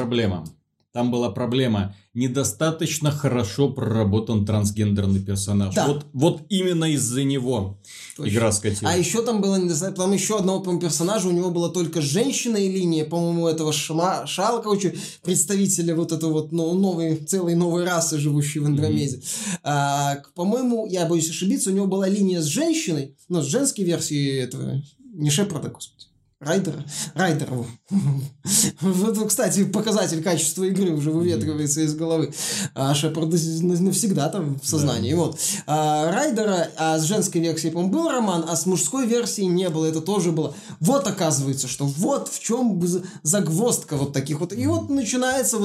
Там была проблема. Недостаточно хорошо проработан трансгендерный персонаж. Да. Вот именно из-за него Точно. Игра скатилась. А еще там было недостаточно. Там еще одного, по-моему, персонажа. У него была только женщина и линия, по-моему, этого представителя целой новой расы, живущей в Андромеде. По-моему, я боюсь ошибиться, у него была линия с женщиной, с женской версией этого, не Шепарда, господи. Райдера. Вот, кстати, показатель качества игры уже выветривается из головы. А Шепард навсегда там в сознании. Да. Райдера, с женской версией, по-моему, был роман, а с мужской версией не было. Это тоже было. Оказывается, что в чем загвоздка таких . И начинается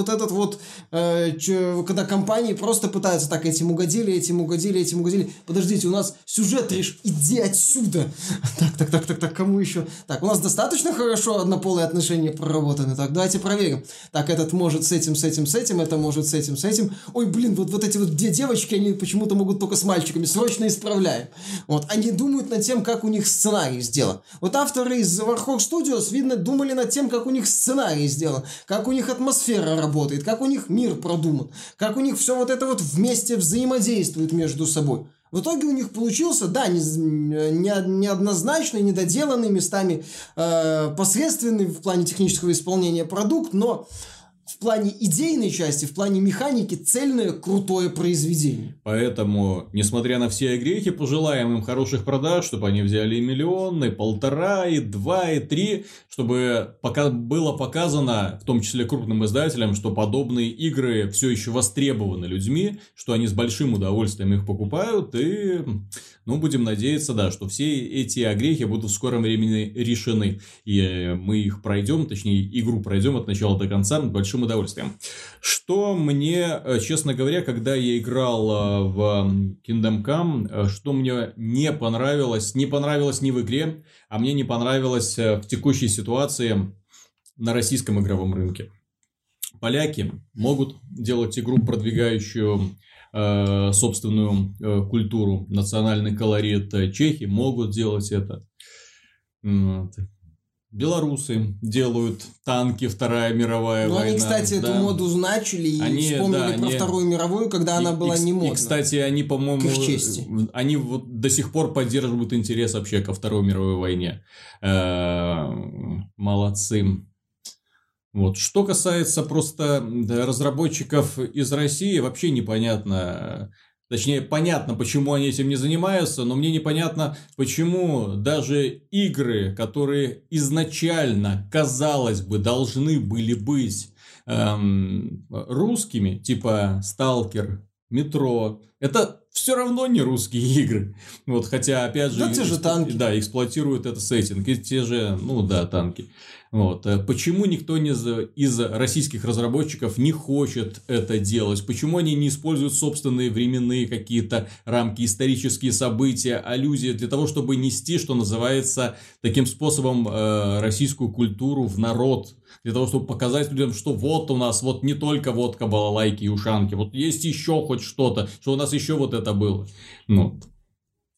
когда компании просто пытаются так, этим угодили. Подождите, у нас сюжет иди отсюда. Так, кому еще? Так, у нас достаточно хорошо однополые отношения проработаны. Так, давайте проверим. Так, этот может с этим, это может с этим. Ой, эти две девочки, они почему-то могут только с мальчиками. Срочно исправляем. Они думают над тем, как у них сценарий сделан. Авторы из Warhawk Studios, видно, думали над тем, как у них сценарий сделан, как у них атмосфера работает, как у них мир продуман, как у них все вместе взаимодействует между собой. В итоге у них получился, неоднозначный, недоделанный, местами посредственный в плане технического исполнения продукт, но в плане идейной части, в плане механики цельное, крутое произведение. Поэтому, несмотря на все огрехи, пожелаем им хороших продаж, чтобы они взяли 1 миллион, 1,5, 2, 3, чтобы было показано, в том числе крупным издателям, что подобные игры все еще востребованы людьми, что они с большим удовольствием их покупают, и будем надеяться, что все эти огрехи будут в скором времени решены. И мы их пройдем, точнее, игру пройдем от начала до конца с большим удовольствием. Что мне, честно говоря, когда я играл в Kingdom Come, что мне не понравилось ни в игре, а мне не понравилось в текущей ситуации на российском игровом рынке. Поляки могут делать игру, продвигающую собственную культуру, национальный колорит. Чехи могут делать это. Белорусы делают танки, Вторая мировая война. Они, кстати, эту моду начали и вспомнили про Вторую мировую, когда она была не модна. И, кстати, они, по-моему, они до сих пор поддерживают интерес вообще ко Второй мировой войне. Молодцы. Что касается просто разработчиков из России, вообще непонятно. Точнее, понятно, почему они этим не занимаются, но мне непонятно, почему даже игры, которые изначально, казалось бы, должны были быть русскими, типа Сталкер, Метро, это все равно не русские игры. Хотя, опять же, те же танки. Да, эксплуатируют этот сеттинг. И те же, танки. Почему никто из российских разработчиков не хочет это делать? Почему они не используют собственные временные какие-то рамки, исторические события, аллюзии для того, чтобы нести, что называется, таким способом российскую культуру в народ? Для того, чтобы показать людям, что у нас не только водка, балалайки и ушанки, есть еще хоть что-то, что у нас еще это было.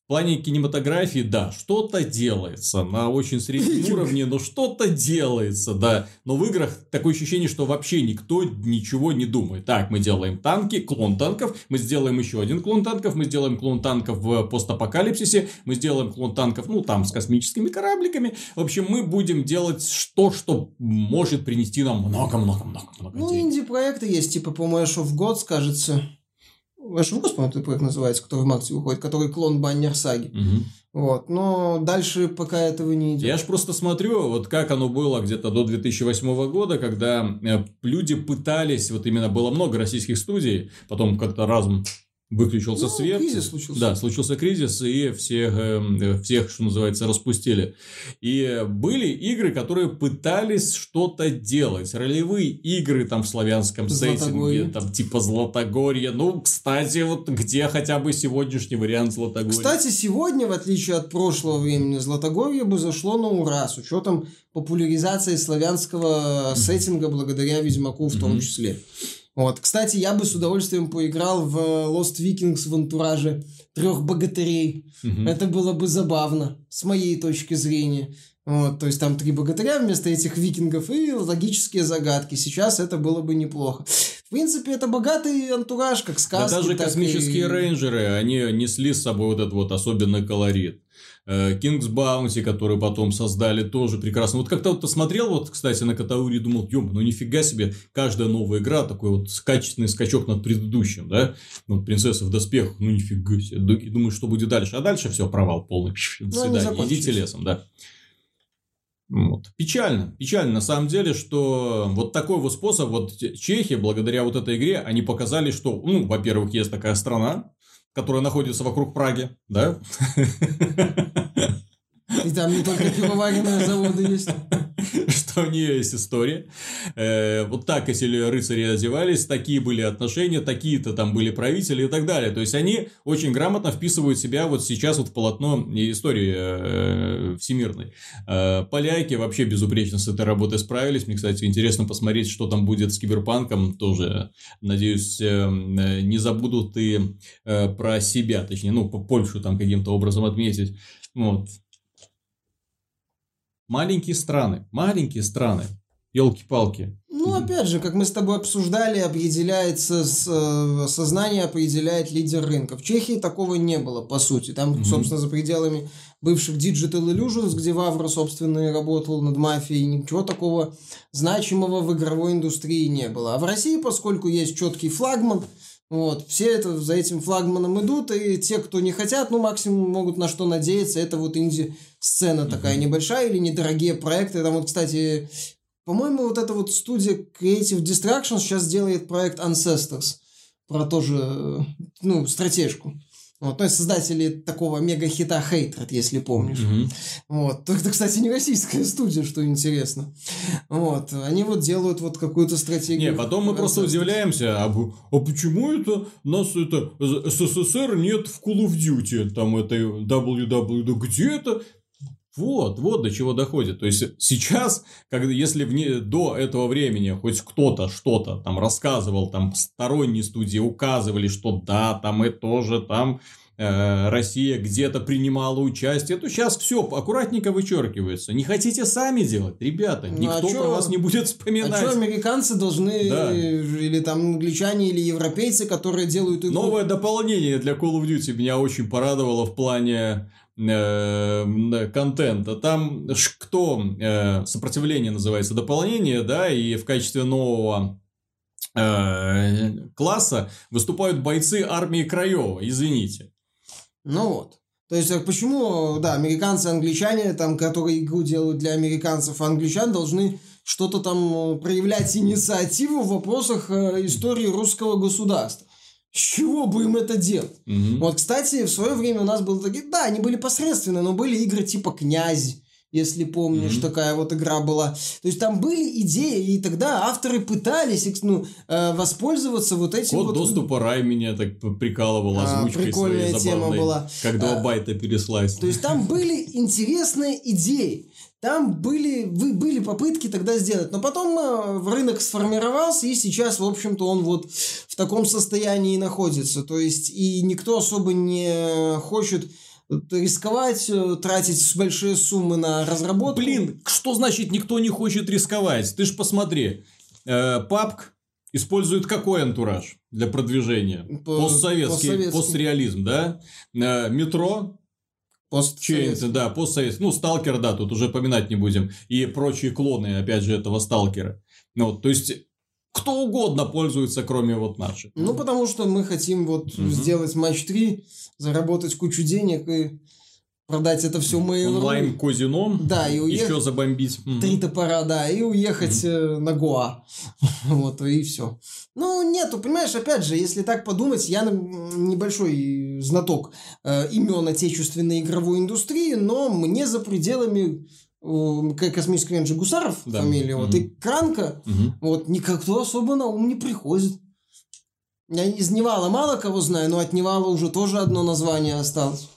В плане кинематографии, да, что-то делается на очень среднем уровне, но что-то делается, да. Но в играх такое ощущение, что вообще никто ничего не думает. Так, мы делаем танки, клон танков, мы сделаем еще один клон танков, мы сделаем клон танков в постапокалипсисе, мы сделаем клон танков, ну, там, с космическими корабликами. В общем, мы будем делать то, что может принести нам много-много-много денег. Ну, инди-проекты есть, типа, по-моему, Ash of Gods, кажется... Ash of Gods, по-моему, этот проект называется, который в Максе выходит, который клон Баннер Саги. Вот, но дальше пока этого не идет. Я ж просто смотрю, вот как оно было где-то до 2008 года, когда люди пытались, вот именно было много российских студий, потом как-то разом выключился свет. Кризис случился. Да, случился кризис, и всех, что называется, распустили. И были игры, которые пытались что-то делать. Ролевые игры там в славянском сеттинге, там типа Златогорье. Ну, кстати, вот где хотя бы сегодняшний вариант Златогорья? Кстати, сегодня, в отличие от прошлого времени, Златогорье бы зашло на ура, с учетом популяризации славянского сеттинга благодаря Ведьмаку в том числе. Вот. Кстати, я бы с удовольствием поиграл в Lost Vikings в антураже 3 богатырей. Это было бы забавно, с моей точки зрения. Вот, то есть, там 3 богатыря вместо этих викингов и логические загадки. Сейчас это было бы неплохо. В принципе, это богатый антураж, как сказки. Да даже космические рейнджеры, они несли с собой вот этот вот особенный колорит. King's Bounty, который потом создали, тоже прекрасно. Вот как-то вот посмотрел, вот, кстати, на Катаури и думал, ну нифига себе, каждая новая игра такой вот качественный скачок над предыдущим, да? Вот Принцесса в доспехах, ну нифига себе. И думаю, что будет дальше. А дальше все, провал полный. До свидания, идите лесом, да. Вот. Печально на самом деле, что вот такой вот способ, вот чехи, благодаря вот этой игре, они показали, что, ну, во-первых, есть такая страна, которая находится вокруг Праги, да? И там не только пивоваренные заводы есть. Что у нее есть история. Вот так эти рыцари одевались, такие были отношения, такие-то там были правители и так далее. То есть, они очень грамотно вписывают себя вот сейчас вот в полотно истории всемирной. Поляки вообще безупречно с этой работой справились. Мне, кстати, интересно посмотреть, что там будет с Киберпанком. Тоже, надеюсь, не забудут и про себя, точнее, ну, Польшу там каким-то образом отметить. Вот. Маленькие страны, елки-палки. Ну, опять же, как мы с тобой обсуждали, сознание определяет лидер рынка. В Чехии такого не было, по сути. Там, собственно, за пределами бывших Digital Illusions, где Вавра, собственно, и работал над мафией, ничего такого значимого в игровой индустрии не было. А в России, поскольку есть четкий флагман, вот, все за этим флагманом идут, и те, кто не хотят, ну, максимум могут на что надеяться, это вот инди-сцена такая небольшая или недорогие проекты. Там вот, кстати, по-моему, вот эта вот студия Creative Distraction сейчас делает проект Ancestors, про тоже, ну, стратежку. Вот, то есть, создатели такого мега-хита Hatred, если помнишь. Вот. Это, кстати, не российская студия, что интересно. Вот. Они вот делают вот какую-то стратегию. Не, потом мы просто удивляемся, а почему это нас СССР нет в Call of Duty, там это WW, где это? Вот до чего доходит. То есть, сейчас, если до этого времени хоть кто-то что-то там рассказывал, там сторонние студии указывали, что да, там и тоже там Россия где-то принимала участие, то сейчас все аккуратненько вычеркивается. Не хотите сами делать, ребята, никто про вас не будет вспоминать. А что американцы должны, или там англичане, или европейцы, которые делают игру? Новое дополнение для Call of Duty меня очень порадовало в плане контента. Там сопротивление называется дополнение, да, и в качестве нового класса выступают бойцы армии Краева, извините. Ну вот. То есть, почему, да, американцы, англичане, там, которые игру делают для американцев, а англичан должны что-то там проявлять инициативу в вопросах истории русского государства. С чего бы им это делать? Вот, кстати, в свое время у нас были такие... Да, они были посредственные, но были игры типа «Князь», если помнишь, такая вот игра была. То есть, там были идеи, и тогда авторы пытались воспользоваться вот этим Код доступа рай меня так прикалывал озвучкой прикольная своей тема забавной, была. Как 2 байта переслайс. То есть, там были интересные идеи. Там были попытки тогда сделать. Но потом рынок сформировался, и сейчас, в общем-то, он вот в таком состоянии находится. То есть, и никто особо не хочет рисковать, тратить большие суммы на разработку. Блин, что значит никто не хочет рисковать? Ты ж посмотри. PUBG использует какой антураж для продвижения? Постсоветский, постреализм, да? Метро? Постсоветский. Да, постсоветский. Ну, Сталкер, да, тут уже поминать не будем. И прочие клоны, опять же, этого Сталкера. Ну, то есть, кто угодно пользуется, кроме вот наших. Ну, потому что мы хотим вот сделать матч 3, заработать кучу денег и продать это все Mail.ru. Онлайн-казино. Да, и уехать. Еще забомбить. 3 топора, да, и уехать на Гоа. Вот, и все. Ну, нету, понимаешь, опять же, если так подумать, я небольшой знаток имен отечественной игровой индустрии, но мне за пределами Космический рейнджер Гусаров, да. Фамилия, вот, и Кранка, вот, никто особо на ум не приходит. Я из Невала мало кого знаю, но от Невала уже тоже одно название осталось.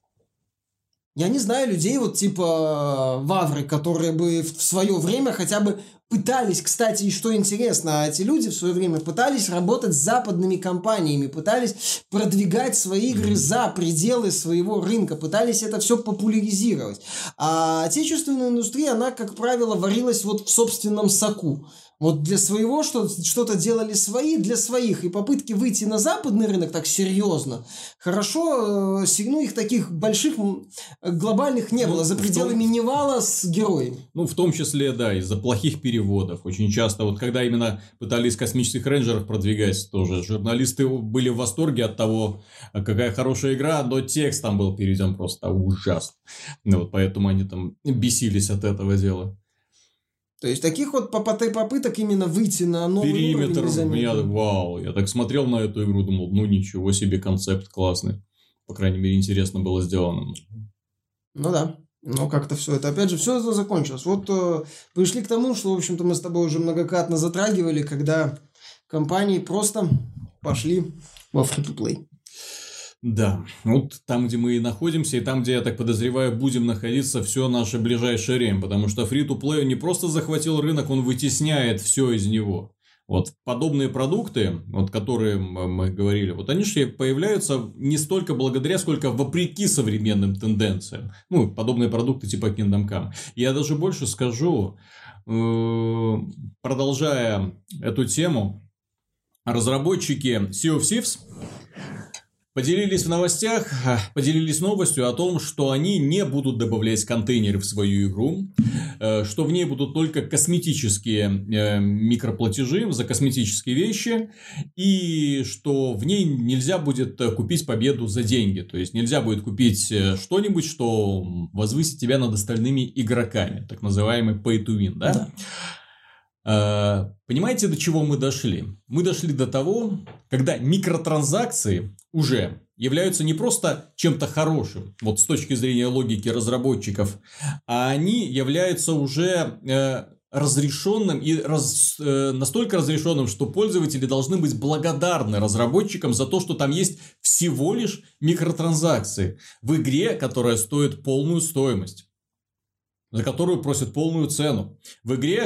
Я не знаю людей, вот типа Вавры, которые бы в свое время хотя бы пытались, кстати, и что интересно, эти люди в свое время пытались работать с западными компаниями, пытались продвигать свои игры за пределы своего рынка, пытались это все популяризировать. А отечественная индустрия, она, как правило, варилась вот в собственном соку. Вот для своего что-то делали свои, для своих. И попытки выйти на западный рынок так серьезно, хорошо, их таких больших глобальных не было. За пределами Невала с героями. Ну, в том числе, да, из-за плохих переводов. Очень часто, вот когда именно пытались космических рейнджеров продвигать, тоже журналисты были в восторге от того, какая хорошая игра, но текст там был переведен просто ужасно. Ну, вот поэтому они там бесились от этого дела. То есть, таких вот попыток именно выйти на новый периметр уровень. Вау, я так смотрел на эту игру, думал, ну ничего себе, концепт классный. По крайней мере, интересно было сделано. Ну да. Но как-то все это, опять же, все это закончилось. Вот пришли к тому, что, в общем-то, мы с тобой уже многократно затрагивали, когда компании просто пошли во free-to-play. Да, вот там, где мы и находимся, и там, где, я так подозреваю, будем находиться все наше ближайшее время, потому что free-to-play не просто захватил рынок, он вытесняет все из него. Вот подобные продукты, вот, которые мы говорили, вот они же появляются не столько благодаря, сколько вопреки современным тенденциям. Ну, подобные продукты типа Kingdom Come. Я даже больше скажу, продолжая эту тему, разработчики Sea of Thieves поделились в новостях, поделились новостью о том, что они не будут добавлять контейнеры в свою игру, что в ней будут только косметические микроплатежи за косметические вещи, и что в ней нельзя будет купить победу за деньги. То есть, нельзя будет купить что-нибудь, что возвысит тебя над остальными игроками, так называемый pay to win, да? Понимаете, до чего мы дошли? Мы дошли до того, когда микротранзакции уже являются не просто чем-то хорошим, вот с точки зрения логики разработчиков, а они являются уже разрешенным и настолько разрешенным, что пользователи должны быть благодарны разработчикам за то, что там есть всего лишь микротранзакции в игре, которая стоит полную стоимость, за которую просят полную цену. В игре,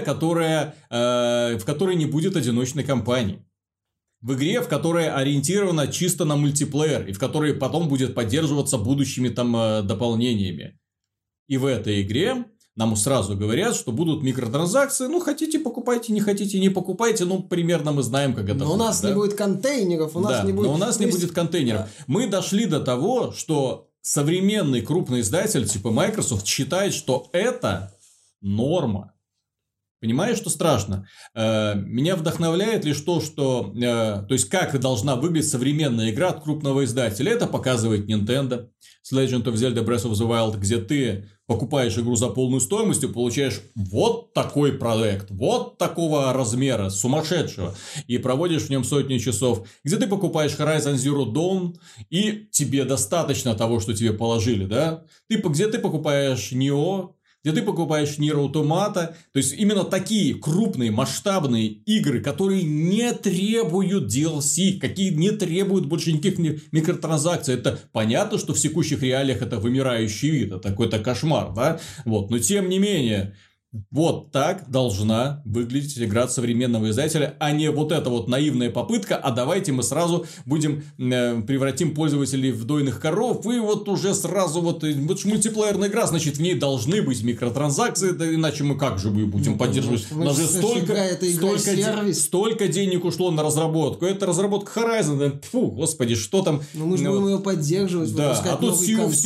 в которой не будет одиночной кампании. В игре, в которой ориентирована чисто на мультиплеер. И в которой потом будет поддерживаться будущими там дополнениями. И в этой игре нам сразу говорят, что будут микротранзакции. Ну, хотите покупайте, не хотите не покупайте. Ну, примерно мы знаем, как это будет. Но у нас не будет контейнеров. Но у нас не будет контейнеров. Да. Мы дошли до того, что современный крупный издатель типа Microsoft считает, что это норма. Понимаешь, что страшно? Меня вдохновляет лишь то, что... То есть, как должна выглядеть современная игра от крупного издателя. Это показывает Nintendo с Legend of Zelda Breath of the Wild, где ты покупаешь игру за полную стоимость и получаешь вот такой проект, вот такого размера, сумасшедшего, и проводишь в нем сотни часов, где ты покупаешь Horizon Zero Dawn, и тебе достаточно того, что тебе положили, да? Где ты покупаешь Nioh, где ты покупаешь Nier Automata, то есть именно такие крупные масштабные игры, которые не требуют DLC, какие не требуют больше никаких микротранзакций. Это понятно, что в текущих реалиях это вымирающий вид, это какой-то кошмар, да? Вот. Но тем не менее, Вот так должна выглядеть игра современного издателя, а не вот эта вот наивная попытка, а давайте мы сразу будем превратим пользователей в дойных коров, и вот уже сразу вот мультиплеерная игра, значит, в ней должны быть микротранзакции, да, иначе мы как же мы будем поддерживать? У нас же столько денег ушло на разработку, это разработка Horizon, фу, господи, что там... Ну мы же будем ее поддерживать, да, а тут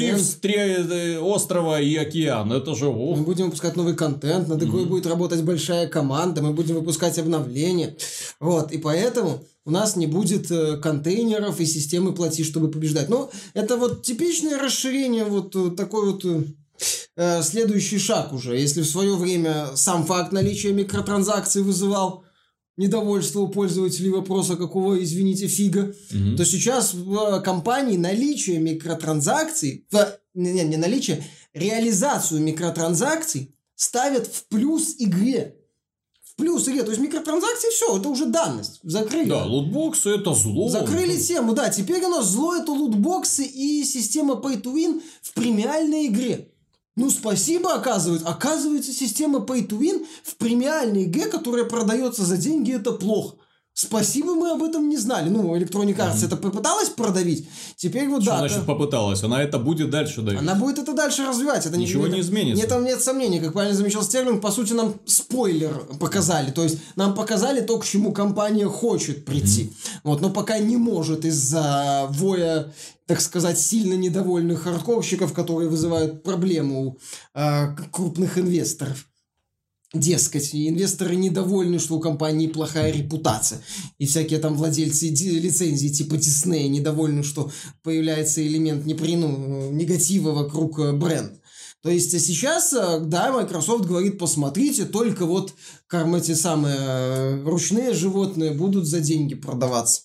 Sea острова и океан, это же... Мы будем выпускать новый контент, над игрой будет работать большая команда, мы будем выпускать обновления. Вот, и поэтому у нас не будет контейнеров и системы «плати, чтобы побеждать». Ну, это вот типичное расширение, вот такой вот следующий шаг уже. Если в свое время сам факт наличия микротранзакций вызывал недовольство у пользователей, вопроса какого, извините, фига, то сейчас в компании наличие микротранзакций, не наличие, реализацию микротранзакций ставят в плюс игре. В плюс игре. То есть микротранзакции все, это уже данность. Закрыли. Да, лутбоксы это зло. Закрыли тему, да. Теперь оно зло, это лутбоксы и система Pay to Win в премиальной игре. Ну, спасибо, оказывается. Оказывается, система Pay to Win в премиальной игре, которая продается за деньги, это плохо. Спасибо, мы об этом не знали. Ну, Electronic Arts это попыталась продавить. Теперь вот что да. Значит, попыталась. Она это будет дальше давить. Она будет это дальше развивать. Это ничего не изменится. Нет сомнений. Как правильно замечал Стерлинг, по сути, нам спойлер показали. То есть, нам показали то, к чему компания хочет прийти. Вот, но пока не может из-за воя, так сказать, сильно недовольных хардкорщиков, которые вызывают проблему у крупных инвесторов. Дескать, инвесторы недовольны, что у компании плохая репутация. И всякие там владельцы лицензий типа Disney недовольны, что появляется элемент негатива вокруг бренда. То есть сейчас, да, Microsoft говорит, посмотрите, только вот эти самые ручные животные будут за деньги продаваться.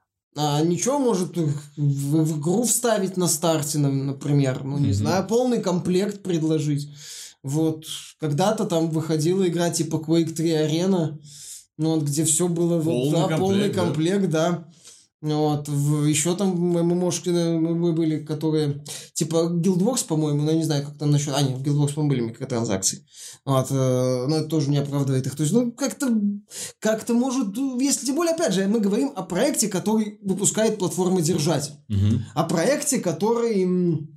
А ничего, может в игру вставить на старте, например, ну не знаю, полный комплект предложить. Вот, когда-то там выходила игра типа Quake 3 Arena, ну, вот, где все было полный комплект, да. Вот, еще там ММОшки были, которые, типа Guildbox, по-моему, но я не знаю, как там насчет... нет, в Guildbox, по-моему, были микротранзакции. Вот, но это тоже не оправдывает их. То есть, ну, как-то может... Если, тем более, опять же, мы говорим о проекте, который выпускает платформодержатель. О проекте, который...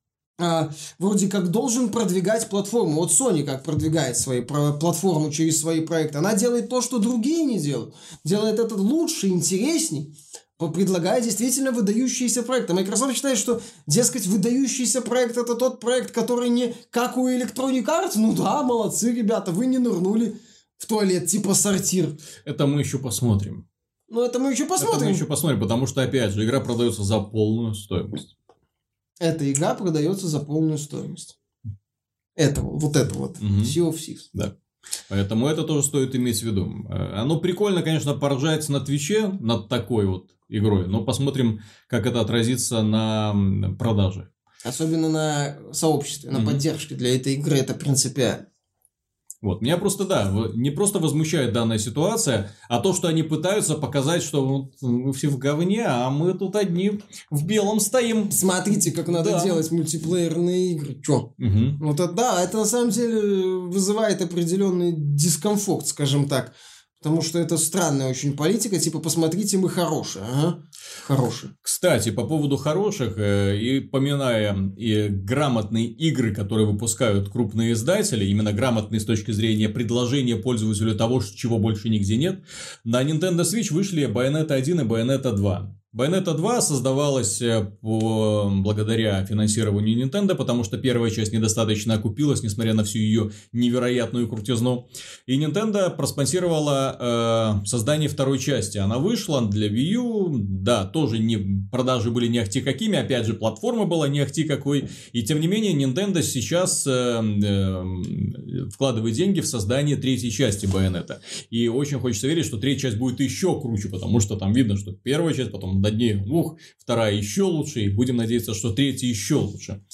вроде как должен продвигать платформу. Вот Sony как продвигает свою платформу через свои проекты. Она делает то, что другие не делают. Делает это лучше, интересней, предлагая действительно выдающиеся проекты. Microsoft считает, что, дескать, выдающийся проект это тот проект, который не как у Electronic Arts. Ну да, молодцы, ребята, вы не нырнули в туалет типа сортир. Это мы еще посмотрим. Ну, это мы еще посмотрим. Потому что, опять же, игра продается за полную стоимость. Эта игра продается за полную стоимость. Вот это вот. Sea of Thieves. Да. Поэтому это тоже стоит иметь в виду. Оно прикольно, конечно, поржать на Твиче над такой вот игрой, но посмотрим, как это отразится на продаже. Особенно на сообществе, на поддержке для этой игры, это принципиально. Вот. Меня просто, не просто возмущает данная ситуация, а то, что они пытаются показать, что вот мы все в говне, а мы тут одни в белом стоим. Смотрите, как надо делать мультиплеерные игры. Чё? Вот это на самом деле вызывает определенный дискомфорт, скажем так. Потому что это странная очень политика, типа, посмотрите, мы хорошие. Ага. Хорошие. Кстати, по поводу хороших, и поминая и грамотные игры, которые выпускают крупные издатели, именно грамотные с точки зрения предложения пользователю того, чего больше нигде нет, на Nintendo Switch вышли Bayonetta 1 и Bayonetta 2. Bayonetta 2 создавалась благодаря финансированию Nintendo, потому что первая часть недостаточно окупилась, несмотря на всю ее невероятную крутизну. И Nintendo проспонсировала создание второй части. Она вышла для Wii U, да, тоже продажи были не ахти какими, опять же, платформа была не ахти какой. И тем не менее, Nintendo сейчас вкладывает деньги в создание третьей части Bayonetta. И очень хочется верить, что третья часть будет еще круче, потому что там видно, что первая часть, потом над ней, вторая еще лучше, и будем надеяться, что третья еще лучше.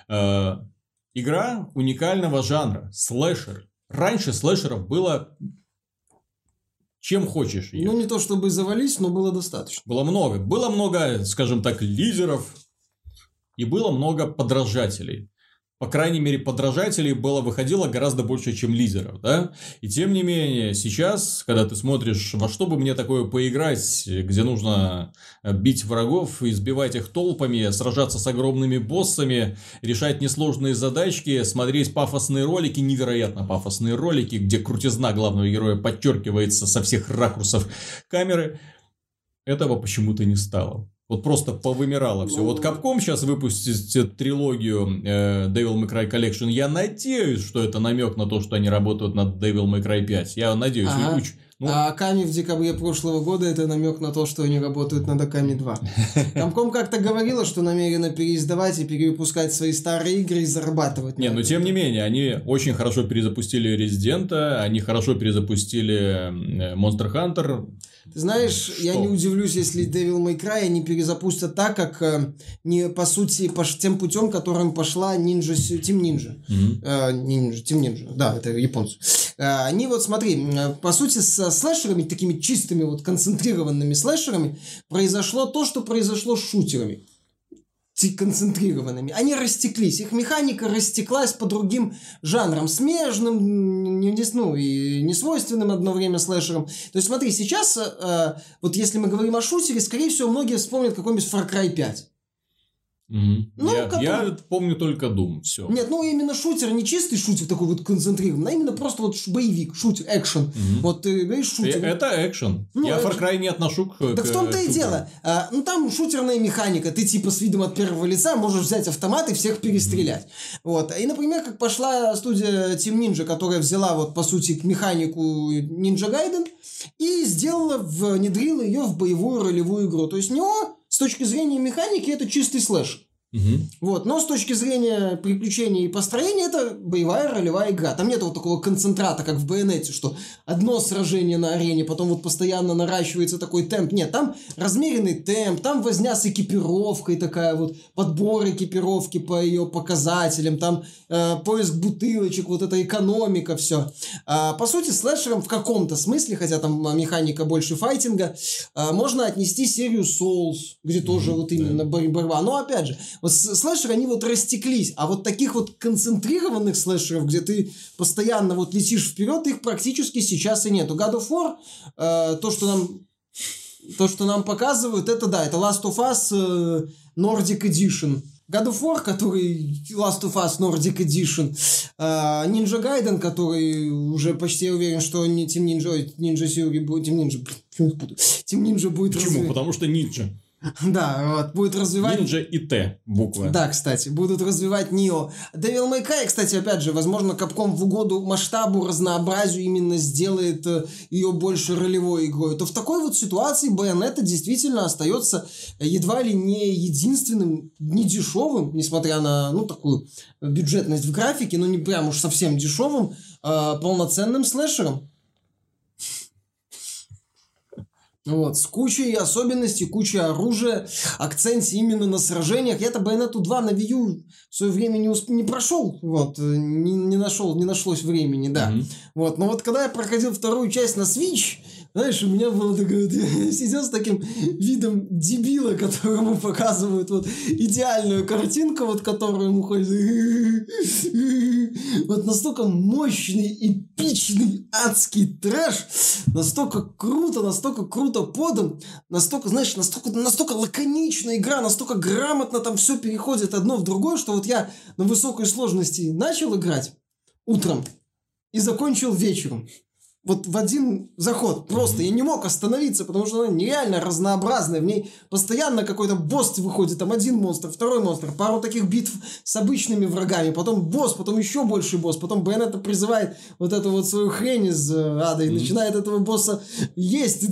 Игра уникального жанра, слэшер. Раньше слэшеров было чем хочешь. Ну, не то чтобы завались, но было достаточно. Было много, скажем так, лидеров, и было много подражателей. по крайней мере, подражателей выходило гораздо больше, чем лидеров, да? И тем не менее, сейчас, когда ты смотришь, во что бы мне такое поиграть, где нужно бить врагов, избивать их толпами, сражаться с огромными боссами, решать несложные задачки, смотреть пафосные ролики, невероятно пафосные ролики, где крутизна главного героя подчеркивается со всех ракурсов камеры, этого почему-то не стало. Вот просто повымирало все. Вот Capcom сейчас выпустит трилогию Devil May Cry Collection. Я надеюсь, что это намек на то, что они работают над Devil May Cry 5. Я надеюсь. А Аками в декабре прошлого года — это намек на то, что они работают над Аками 2. Capcom как-то говорила, что намерена переиздавать и перевыпускать свои старые игры и зарабатывать. Не, но тем не менее, они очень хорошо перезапустили Resident, они хорошо перезапустили Monster Hunter. Ты знаешь, я не удивлюсь, если Devil May Cry они перезапустят так, как не по сути тем путем, которым пошла Team Ninja. Team Ninja, да, это японцы. Они вот, смотри, по сути со слэшерами, такими чистыми вот концентрированными слэшерами, произошло то, что произошло с шутерами. Концентрированными. Они растеклись. Их механика растеклась по другим жанрам. Смежным, и несвойственным одно время слэшерам. То есть, смотри, сейчас, вот если мы говорим о шутере, скорее всего, многие вспомнят какой-нибудь Far Cry 5. Я помню только Doom, все. Нет, именно шутер, не чистый шутер такой вот концентрированный, а именно просто вот боевик, шутер, экшен. Вот ты говоришь шутер. Это экшен. Я Far Cry не отношу к Так в том-то и дело. Там шутерная механика. Ты типа с видом от первого лица можешь взять автомат и всех перестрелять. Вот. И, например, как пошла студия Team Ninja, которая взяла вот по сути механику Ninja Gaiden и внедрила ее в боевую ролевую игру. То есть него с точки зрения механики это чистый слэш. Вот. Но с точки зрения приключений и построения это боевая ролевая игра. Там нет вот такого концентрата, как в Байонете, что одно сражение на арене, потом вот постоянно наращивается такой темп. Нет, там размеренный темп, там возня с экипировкой такая вот, подбор экипировки по ее показателям, там поиск бутылочек, вот эта экономика, все. По сути, слэшером в каком-то смысле, хотя там механика больше файтинга, можно отнести серию Souls, где тоже вот именно борьба. Но опять же, вот слэшеры, они вот растеклись, а вот таких вот концентрированных слэшеров, где ты постоянно вот летишь вперед, их практически сейчас и нету. God of War, то, что нам показывают, это Last of Us Nordic Edition. God of War, который Last of Us Nordic Edition, Ninja Gaiden, который уже почти я уверен, что не Team Ninja будет Почему? Потому что Ninja. Да, вот, будет развивать... Ninja и Т буква. Да, кстати, будут развивать Нио. Devil May Cry, кстати, опять же, возможно, Capcom в угоду масштабу, разнообразию именно сделает ее больше ролевой игрой. То в такой вот ситуации Bayonetta действительно остается едва ли не единственным, не дешевым, несмотря на, такую бюджетность в графике, но не прям уж совсем дешевым, полноценным слэшером. Вот, с кучей особенностей, кучей оружия, акценте именно на сражениях. Я-то Bayonetta 2 на Wii U в свое время не прошел, вот, не нашлось времени, да. Вот, но вот когда я проходил вторую часть на Switch, знаешь, у меня было такое, я сидел с таким видом дебила, которому показывают вот идеальную картинку, вот которую ему ходит. Вот настолько мощный, эпичный, адский трэш, настолько круто подан, настолько лаконичная игра, настолько грамотно там все переходит одно в другое, что вот я на высокой сложности начал играть утром и закончил вечером. Вот в один заход. Просто я не мог остановиться, потому что она нереально разнообразная. В ней постоянно какой-то босс выходит. Там один монстр, второй монстр. Пару таких битв с обычными врагами. Потом босс, потом еще больше босс. Потом Байонетта призывает вот эту вот свою хрень из ада и начинает этого босса есть.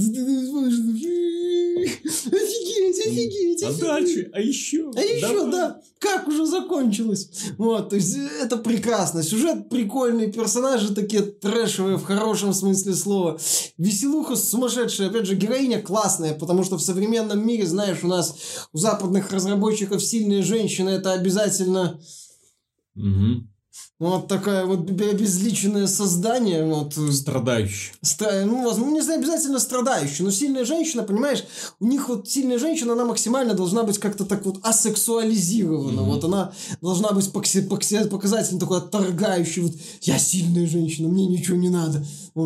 Офигеть. А дальше? А еще, да. Как уже закончилось. Вот, то есть это прекрасно. Сюжет прикольный, персонажи такие трэшевые в хорошем смысле слова. Веселуха сумасшедшая. Опять же, героиня классная, потому что в современном мире, знаешь, у нас у западных разработчиков сильные женщины, это обязательно... Вот такое вот обезличенное создание. Вот, Страдающее. Ну, возможно, не обязательно страдающая, но сильная женщина, понимаешь, у них вот сильная женщина, она максимально должна быть как-то так вот асексуализирована. Вот она должна быть показательно такой отторгающей. Вот я сильная женщина, мне ничего не надо.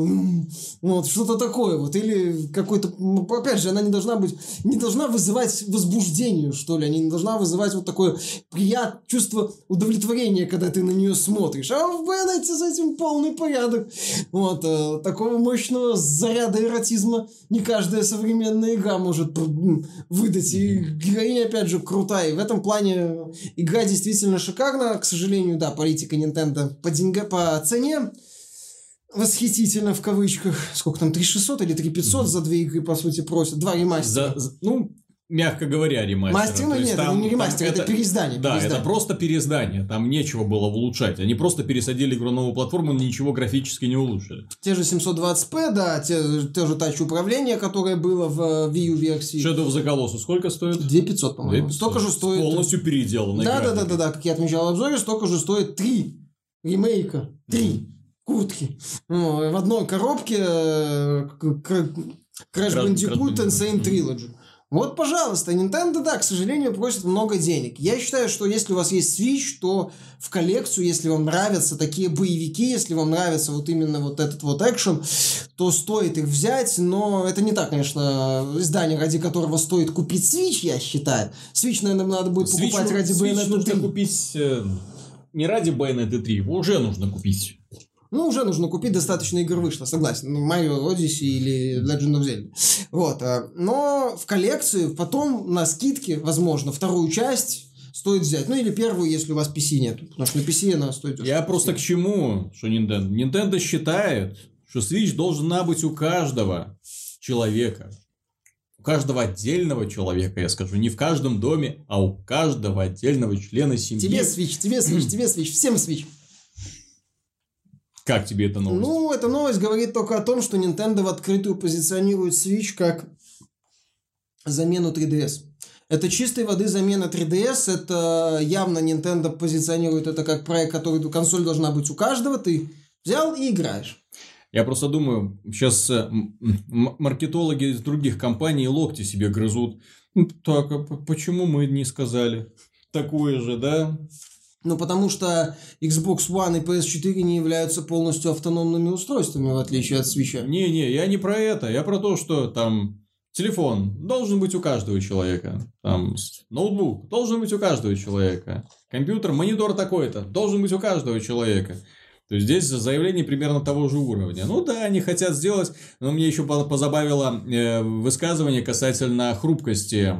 Вот, что-то такое вот. Или какой-то... Опять же, она не должна вызывать возбуждение, что ли. Она не должна вызывать вот такое чувство удовлетворения, когда ты на нее смотришь. А в Беннете с этим полный порядок. Вот, такого мощного заряда эротизма не каждая современная игра может выдать. И героиня, опять же, крутая. И в этом плане игра действительно шикарна. К сожалению, да, политика Nintendo по цене восхитительно в кавычках. Сколько там, 3600 или 3500 за 2 игры, по сути, просят. 2 ремастера. Мягко говоря, ремастер. Мастер, ну нет, это не ремастер, это переиздание. Да, это просто переиздание. Там нечего было улучшать. Они просто пересадили игру на новую платформу, ничего графически не улучшили. Те же 720p, да, те же тач-управление, которое было в Wii U версии. Shadow of the Colossus сколько стоит? 2500, по-моему. 2500. Столько же стоит... Полностью переделано. Да, как я отмечал в обзоре, столько же стоит 3 ремейка. 3 куртки. В одной коробке Crash Bandicoot Insane Trilogy. Вот, пожалуйста, Nintendo, да, к сожалению, просит много денег. Я считаю, что если у вас есть Switch, то в коллекцию, если вам нравятся такие боевики, если вам нравится вот именно вот этот вот экшен, то стоит их взять, но это не так, конечно, издание, ради которого стоит купить Switch, я считаю. Switch, наверное, надо будет покупать ради Bayonetta 3. Нужно купить не ради Bayonetta 3, его уже нужно купить. Ну, уже нужно купить, достаточно игр вышло, согласен. Mario Odyssey или Legend of Zelda. Вот. Но в коллекцию потом на скидке, возможно, вторую часть стоит взять. Ну, или первую, если у вас PC нет. Потому что на PC она стоит... Я просто к чему, что Nintendo? Nintendo считает, что Switch должна быть у каждого человека. У каждого отдельного человека, я скажу. Не в каждом доме, а у каждого отдельного члена семьи. Тебе Switch, всем Switch. Как тебе эта новость? Ну, эта новость говорит только о том, что Nintendo в открытую позиционирует Switch как замену 3DS. Это чистой воды замена 3DS. Это явно Nintendo позиционирует это как проект, который консоль должна быть у каждого. Ты взял и играешь. Я просто думаю, сейчас маркетологи из других компаний локти себе грызут. Так, а почему мы не сказали такое же, да? Ну, потому что Xbox One и PS4 не являются полностью автономными устройствами, в отличие от Switch. Не, я не про это. Я про то, что там телефон должен быть у каждого человека. Там ноутбук должен быть у каждого человека. Компьютер, монитор такой-то должен быть у каждого человека. То есть здесь заявление примерно того же уровня. Ну да, они хотят сделать, но мне еще позабавило высказывание касательно хрупкости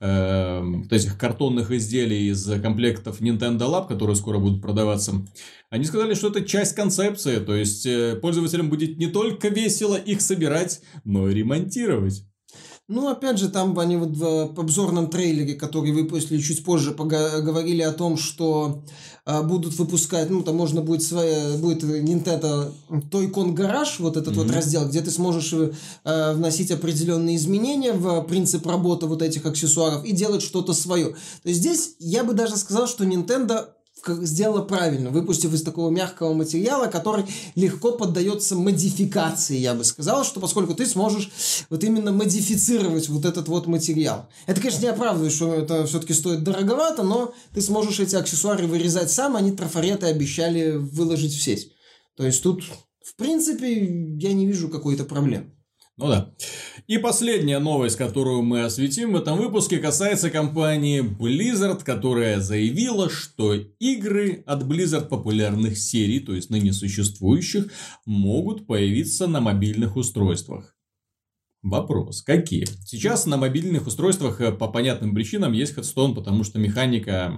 вот этих картонных изделий из комплектов Nintendo Lab, которые скоро будут продаваться. Они сказали, что это часть концепции, то есть пользователям будет не только весело их собирать, но и ремонтировать. Ну, опять же, там они вот в обзорном трейлере, который выпустили чуть позже, говорили о том, что будут выпускать, ну, там можно будет будет Nintendo Toy-Con Garage, вот этот вот раздел, где ты сможешь вносить определенные изменения в принцип работы вот этих аксессуаров и делать что-то свое. То есть здесь я бы даже сказал, что Nintendo сделала правильно, выпустив из такого мягкого материала, который легко поддается модификации, я бы сказал, что поскольку ты сможешь вот именно модифицировать вот этот вот материал. Это, конечно, не оправдывает, что это все-таки стоит дороговато, но ты сможешь эти аксессуары вырезать сам, они трафареты обещали выложить в сеть. То есть тут, в принципе, я не вижу какой-то проблемы. Ну да. И последняя новость, которую мы осветим в этом выпуске, касается компании Blizzard, которая заявила, что игры от Blizzard популярных серий, то есть ныне существующих, могут появиться на мобильных устройствах. Вопрос, какие? Сейчас на мобильных устройствах по понятным причинам есть Headstone, потому что механика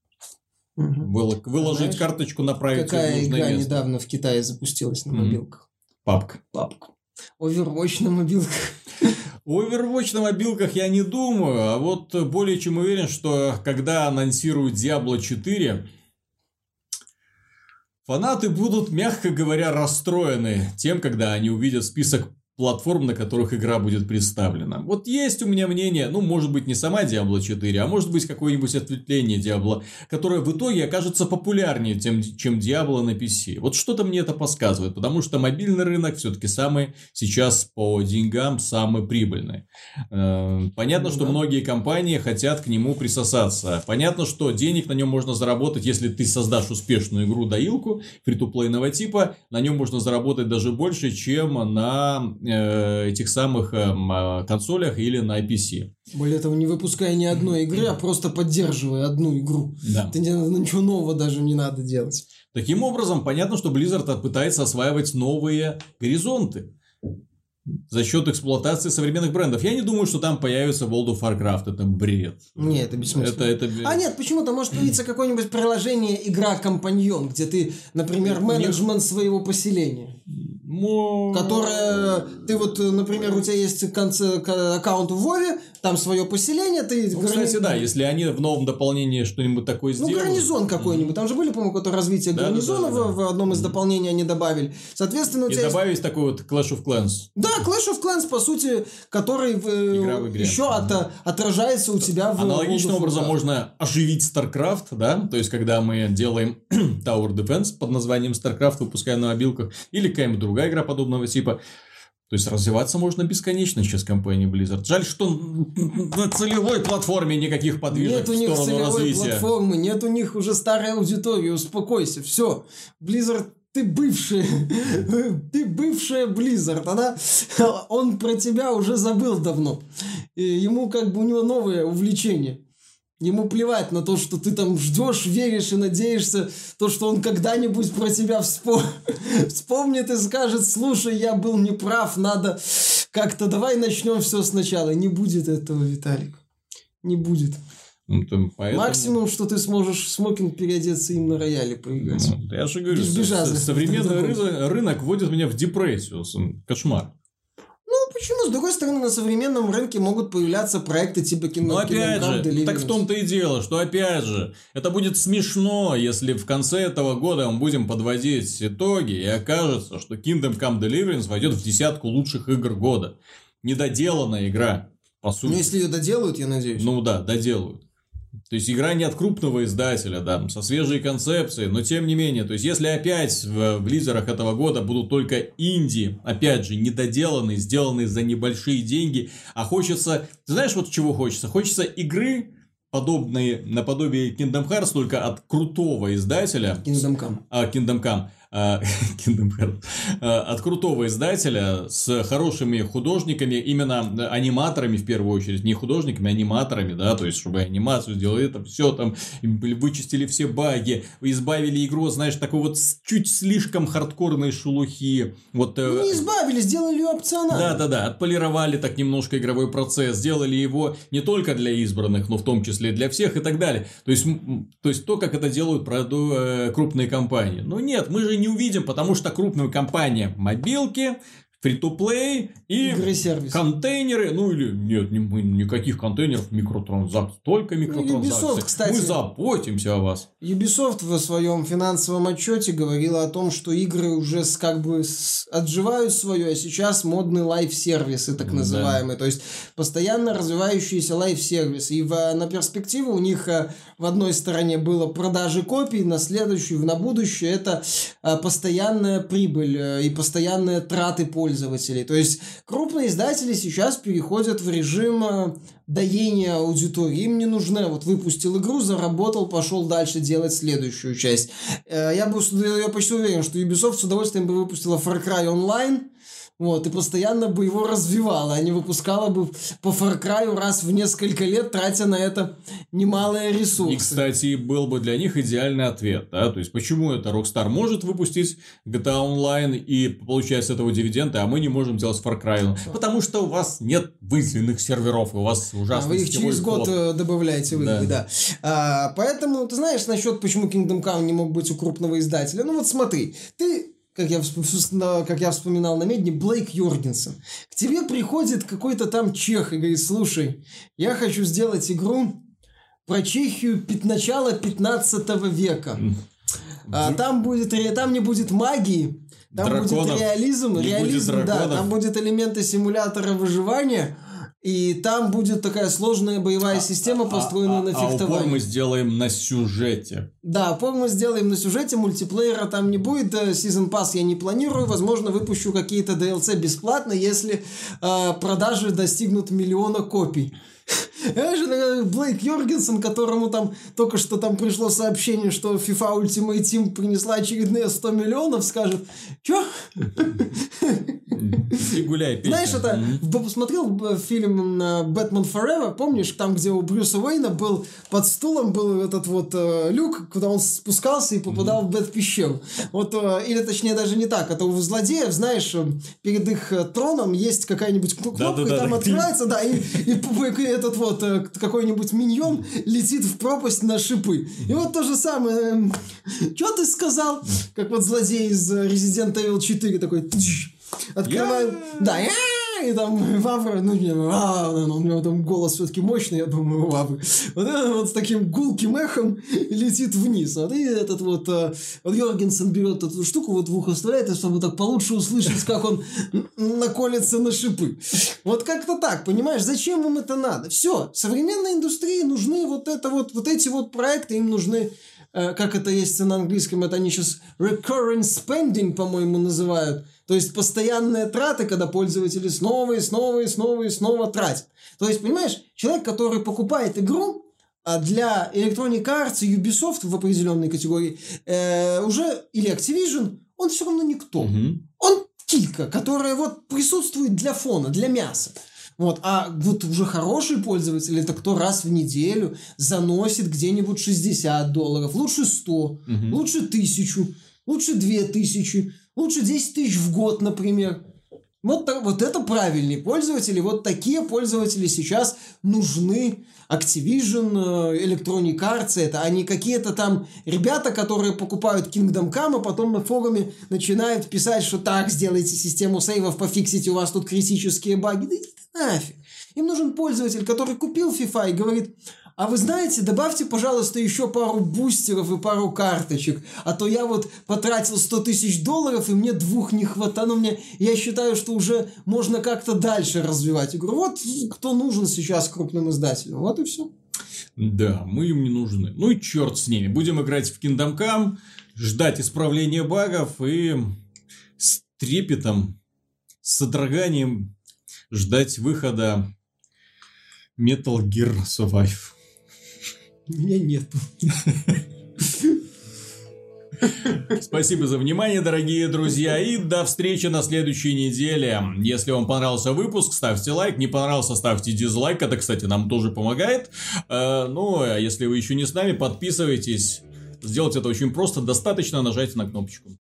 выложить карточку, направить какая в нужное игра место. Недавно в Китае запустилась на мобилках? Папка. Overwatch на мобилках. Overwatch на мобилках я не думаю, а вот более чем уверен, что когда анонсируют Diablo 4, фанаты будут, мягко говоря, расстроены тем, когда они увидят список платформ, на которых игра будет представлена. Вот есть у меня мнение, ну, может быть, не сама Diablo 4, а может быть, какое-нибудь ответвление Diablo, которое в итоге окажется популярнее, чем Diablo на PC. Вот что-то мне это подсказывает, потому что мобильный рынок все-таки самый сейчас по деньгам самый прибыльный. Понятно, что многие компании хотят к нему присосаться. Понятно, что денег на нем можно заработать, если ты создашь успешную игру-доилку фри-то-плейного типа, на нем можно заработать даже больше, чем на этих самых консолях или на PC. Более того, не выпуская ни одной игры, а просто поддерживая одну игру. Да. Ничего нового даже не надо делать. Таким образом, понятно, что Blizzard пытается осваивать новые горизонты за счет эксплуатации современных брендов. Я не думаю, что там появится World of Warcraft. Это бред. Нет, это бессмысленно. А нет, почему-то может появиться какое-нибудь приложение «Игра-компаньон», где ты, например, менеджмент своего поселения. Которое ты вот, например, у тебя есть аккаунт в Вове, там свое поселение, ты... Кстати, да, если они в новом дополнении что-нибудь такое сделают... гарнизон какой-нибудь. Там же были, по-моему, какое-то развитие гарнизона в одном из дополнений они добавили. Соответственно, у тебя добавить такой вот Clash of Clans. Да, Clash of Clans, по сути, который еще отражается у тебя в... Аналогичным образом можно оживить StarCraft, да, то есть, когда мы делаем Tower Defense под названием StarCraft, выпускаем на мобилках, или какая-нибудь другая игра подобного типа. То есть, развиваться можно бесконечно сейчас компании Blizzard. Жаль, что на целевой платформе никаких подвижек в сторону развития. Нет у них целевой платформы, нет у них уже старой аудитории, успокойся, все. Blizzard, ты бывшая Blizzard, он про тебя уже забыл давно. И ему у него новое увлечение. Ему плевать на то, что ты там ждешь, веришь и надеешься, то, что он когда-нибудь про тебя вспомнит и скажет: слушай, я был неправ, надо как-то, давай начнем все сначала. Не будет этого, Виталик. Не будет. Поэтому... Максимум, что ты сможешь в смокинг переодеться им на рояле поиграть. Я же говорю, современный рынок вводит меня в депрессию. Кошмар. Почему? С другой стороны, на современном рынке могут появляться проекты типа Kingdom опять же, так в том-то и дело, что опять же, это будет смешно, если в конце этого года мы будем подводить итоги, и окажется, что Kingdom Come Deliverance войдет в десятку лучших игр года. Недоделанная игра, по сути. Ну, если ее доделают, я надеюсь. Ну да, доделают. То есть, игра не от крупного издателя, да, со свежей концепцией, но тем не менее, то есть, если опять в Близзерах этого года будут только инди, опять же, недоделанные, сделанные за небольшие деньги, а хочется, ты знаешь, вот чего хочется? Хочется игры, подобные, наподобие Kingdom Hearts, только от крутого издателя. Kingdom Come. Kingdom Hearts. От крутого издателя с хорошими художниками, именно аниматорами в первую очередь, не художниками, а аниматорами, да, то есть, чтобы анимацию сделали, это все там, вычистили все баги, избавили игру, знаешь, такой вот чуть слишком хардкорной шелухи. Вот, не избавили, сделали ее опционально. Да, отполировали так немножко игровой процесс, сделали его не только для избранных, но в том числе для всех и так далее. То есть, то, как это делают крупные компании. Но нет, мы же не увидим, потому что крупная компания мобилки, фри-то-плей и контейнеры, ну или нет, никаких контейнеров, микротранзакций, только микротранзакций. Ubisoft, кстати, мы заботимся о вас. Ubisoft в своем финансовом отчете говорила о том, что игры уже отживают свое, а сейчас модны лайв-сервисы, так называемые, то есть постоянно развивающиеся лайв-сервисы. И на перспективу у них в одной стороне было продажи копий, на следующую, на будущее это постоянная прибыль и постоянные траты пользователей. То есть крупные издатели сейчас переходят в режим доения аудитории. Им не нужно, вот выпустил игру, заработал, пошел дальше делать следующую часть. Я почти уверен, что Ubisoft с удовольствием бы выпустила Far Cry Online, вот, и постоянно бы его развивала, а не выпускала бы по Far Cry раз в несколько лет, тратя на это немалые ресурсы. И, кстати, был бы для них идеальный ответ, да, то есть, почему это Rockstar может выпустить GTA Online и получать с этого дивиденды, а мы не можем делать Far Cry? Потому что у вас нет выделенных серверов, у вас ужасный вы их через год добавляете в игры, да. Поэтому, ты знаешь, насчет, почему Kingdom Come не мог быть у крупного издателя, ну вот смотри, ты... Как я вспоминал на медне, Блейк Йоргенсен. К тебе приходит какой-то там чех и говорит: слушай, я хочу сделать игру про Чехию начала 15 века. Там не будет магии, Там драконов будет реализм, не будет да, драконов. там будет элементы симулятора выживания, и там будет такая сложная боевая система, построенная на фехтовании. А упор мы сделаем на сюжете. Да, упор мы сделаем на сюжете, мультиплеера там не будет, Season Pass я не планирую, возможно, выпущу какие-то DLC бесплатно, если продажи достигнут 1 миллион копий. Блейк Йоргенсен, которому там только что там пришло сообщение, что FIFA Ultimate Team принесла очередные 100 миллионов, скажет: чё? И гуляй, песня. Знаешь, это смотрел фильм «Бэтмен Forever», помнишь, там, где у Брюса Уэйна был под стулом был этот вот люк, куда он спускался и попадал в Бэт-пещеру. Вот, или точнее даже не так, это у злодеев, знаешь, перед их троном есть какая-нибудь кнопка, и там открывается, да, и этот вот какой-нибудь миньон летит в пропасть на шипы. И вот то же самое. Что ты сказал? Как вот злодей из Resident Evil 4 такой... Открывает... Да, и там Вавра, ну, у него там голос все-таки мощный, я думаю, у Вавры. Вот это вот с таким гулким эхом летит вниз. Вот и этот вот Йоргенсен берет эту штуку, вот в ухо вставляет, чтобы так получше услышать, как он наколется на шипы. Вот как-то так, понимаешь, зачем им это надо? Все, современной индустрии нужны вот эти вот проекты, им нужны, как это есть на английском, это они сейчас recurring spending, по-моему, называют. То есть постоянные траты, когда пользователи снова и снова тратят. То есть, понимаешь, человек, который покупает игру для Electronic Arts и Ubisoft в определенной категории, уже или Activision, он все равно никто. Он килька, которая вот присутствует для фона, для мяса. Вот, а вот уже хороший пользователь, это кто раз в неделю заносит где-нибудь $60, лучше 100, лучше 1000, лучше 2000, лучше 10 тысяч в год, например. Вот это правильные пользователи, вот такие пользователи сейчас нужны. Activision, Electronic Arts, это они какие-то там ребята, которые покупают Kingdom Come, а потом на форуме начинают писать, что так, сделайте систему сейвов, пофиксите, у вас тут критические баги. Да иди ты нафиг. Им нужен пользователь, который купил FIFA и говорит: а вы знаете, добавьте, пожалуйста, еще пару бустеров и пару карточек, а то я вот потратил $100 тысяч, и мне 2 не хватает. Я считаю, что уже можно как-то дальше развивать игру. Вот кто нужен сейчас крупным издателям. Вот и все. Да, мы им не нужны. Ну и черт с ними. Будем играть в Kingdom Come, ждать исправления багов и с трепетом, с содроганием ждать выхода Metal Gear Survive. У меня нету. Спасибо за внимание, дорогие друзья, и до встречи на следующей неделе. Если вам понравился выпуск, ставьте лайк, не понравился, ставьте дизлайк, это, кстати, нам тоже помогает. Ну, а если вы еще не с нами, подписывайтесь. Сделать это очень просто, достаточно нажать на кнопочку.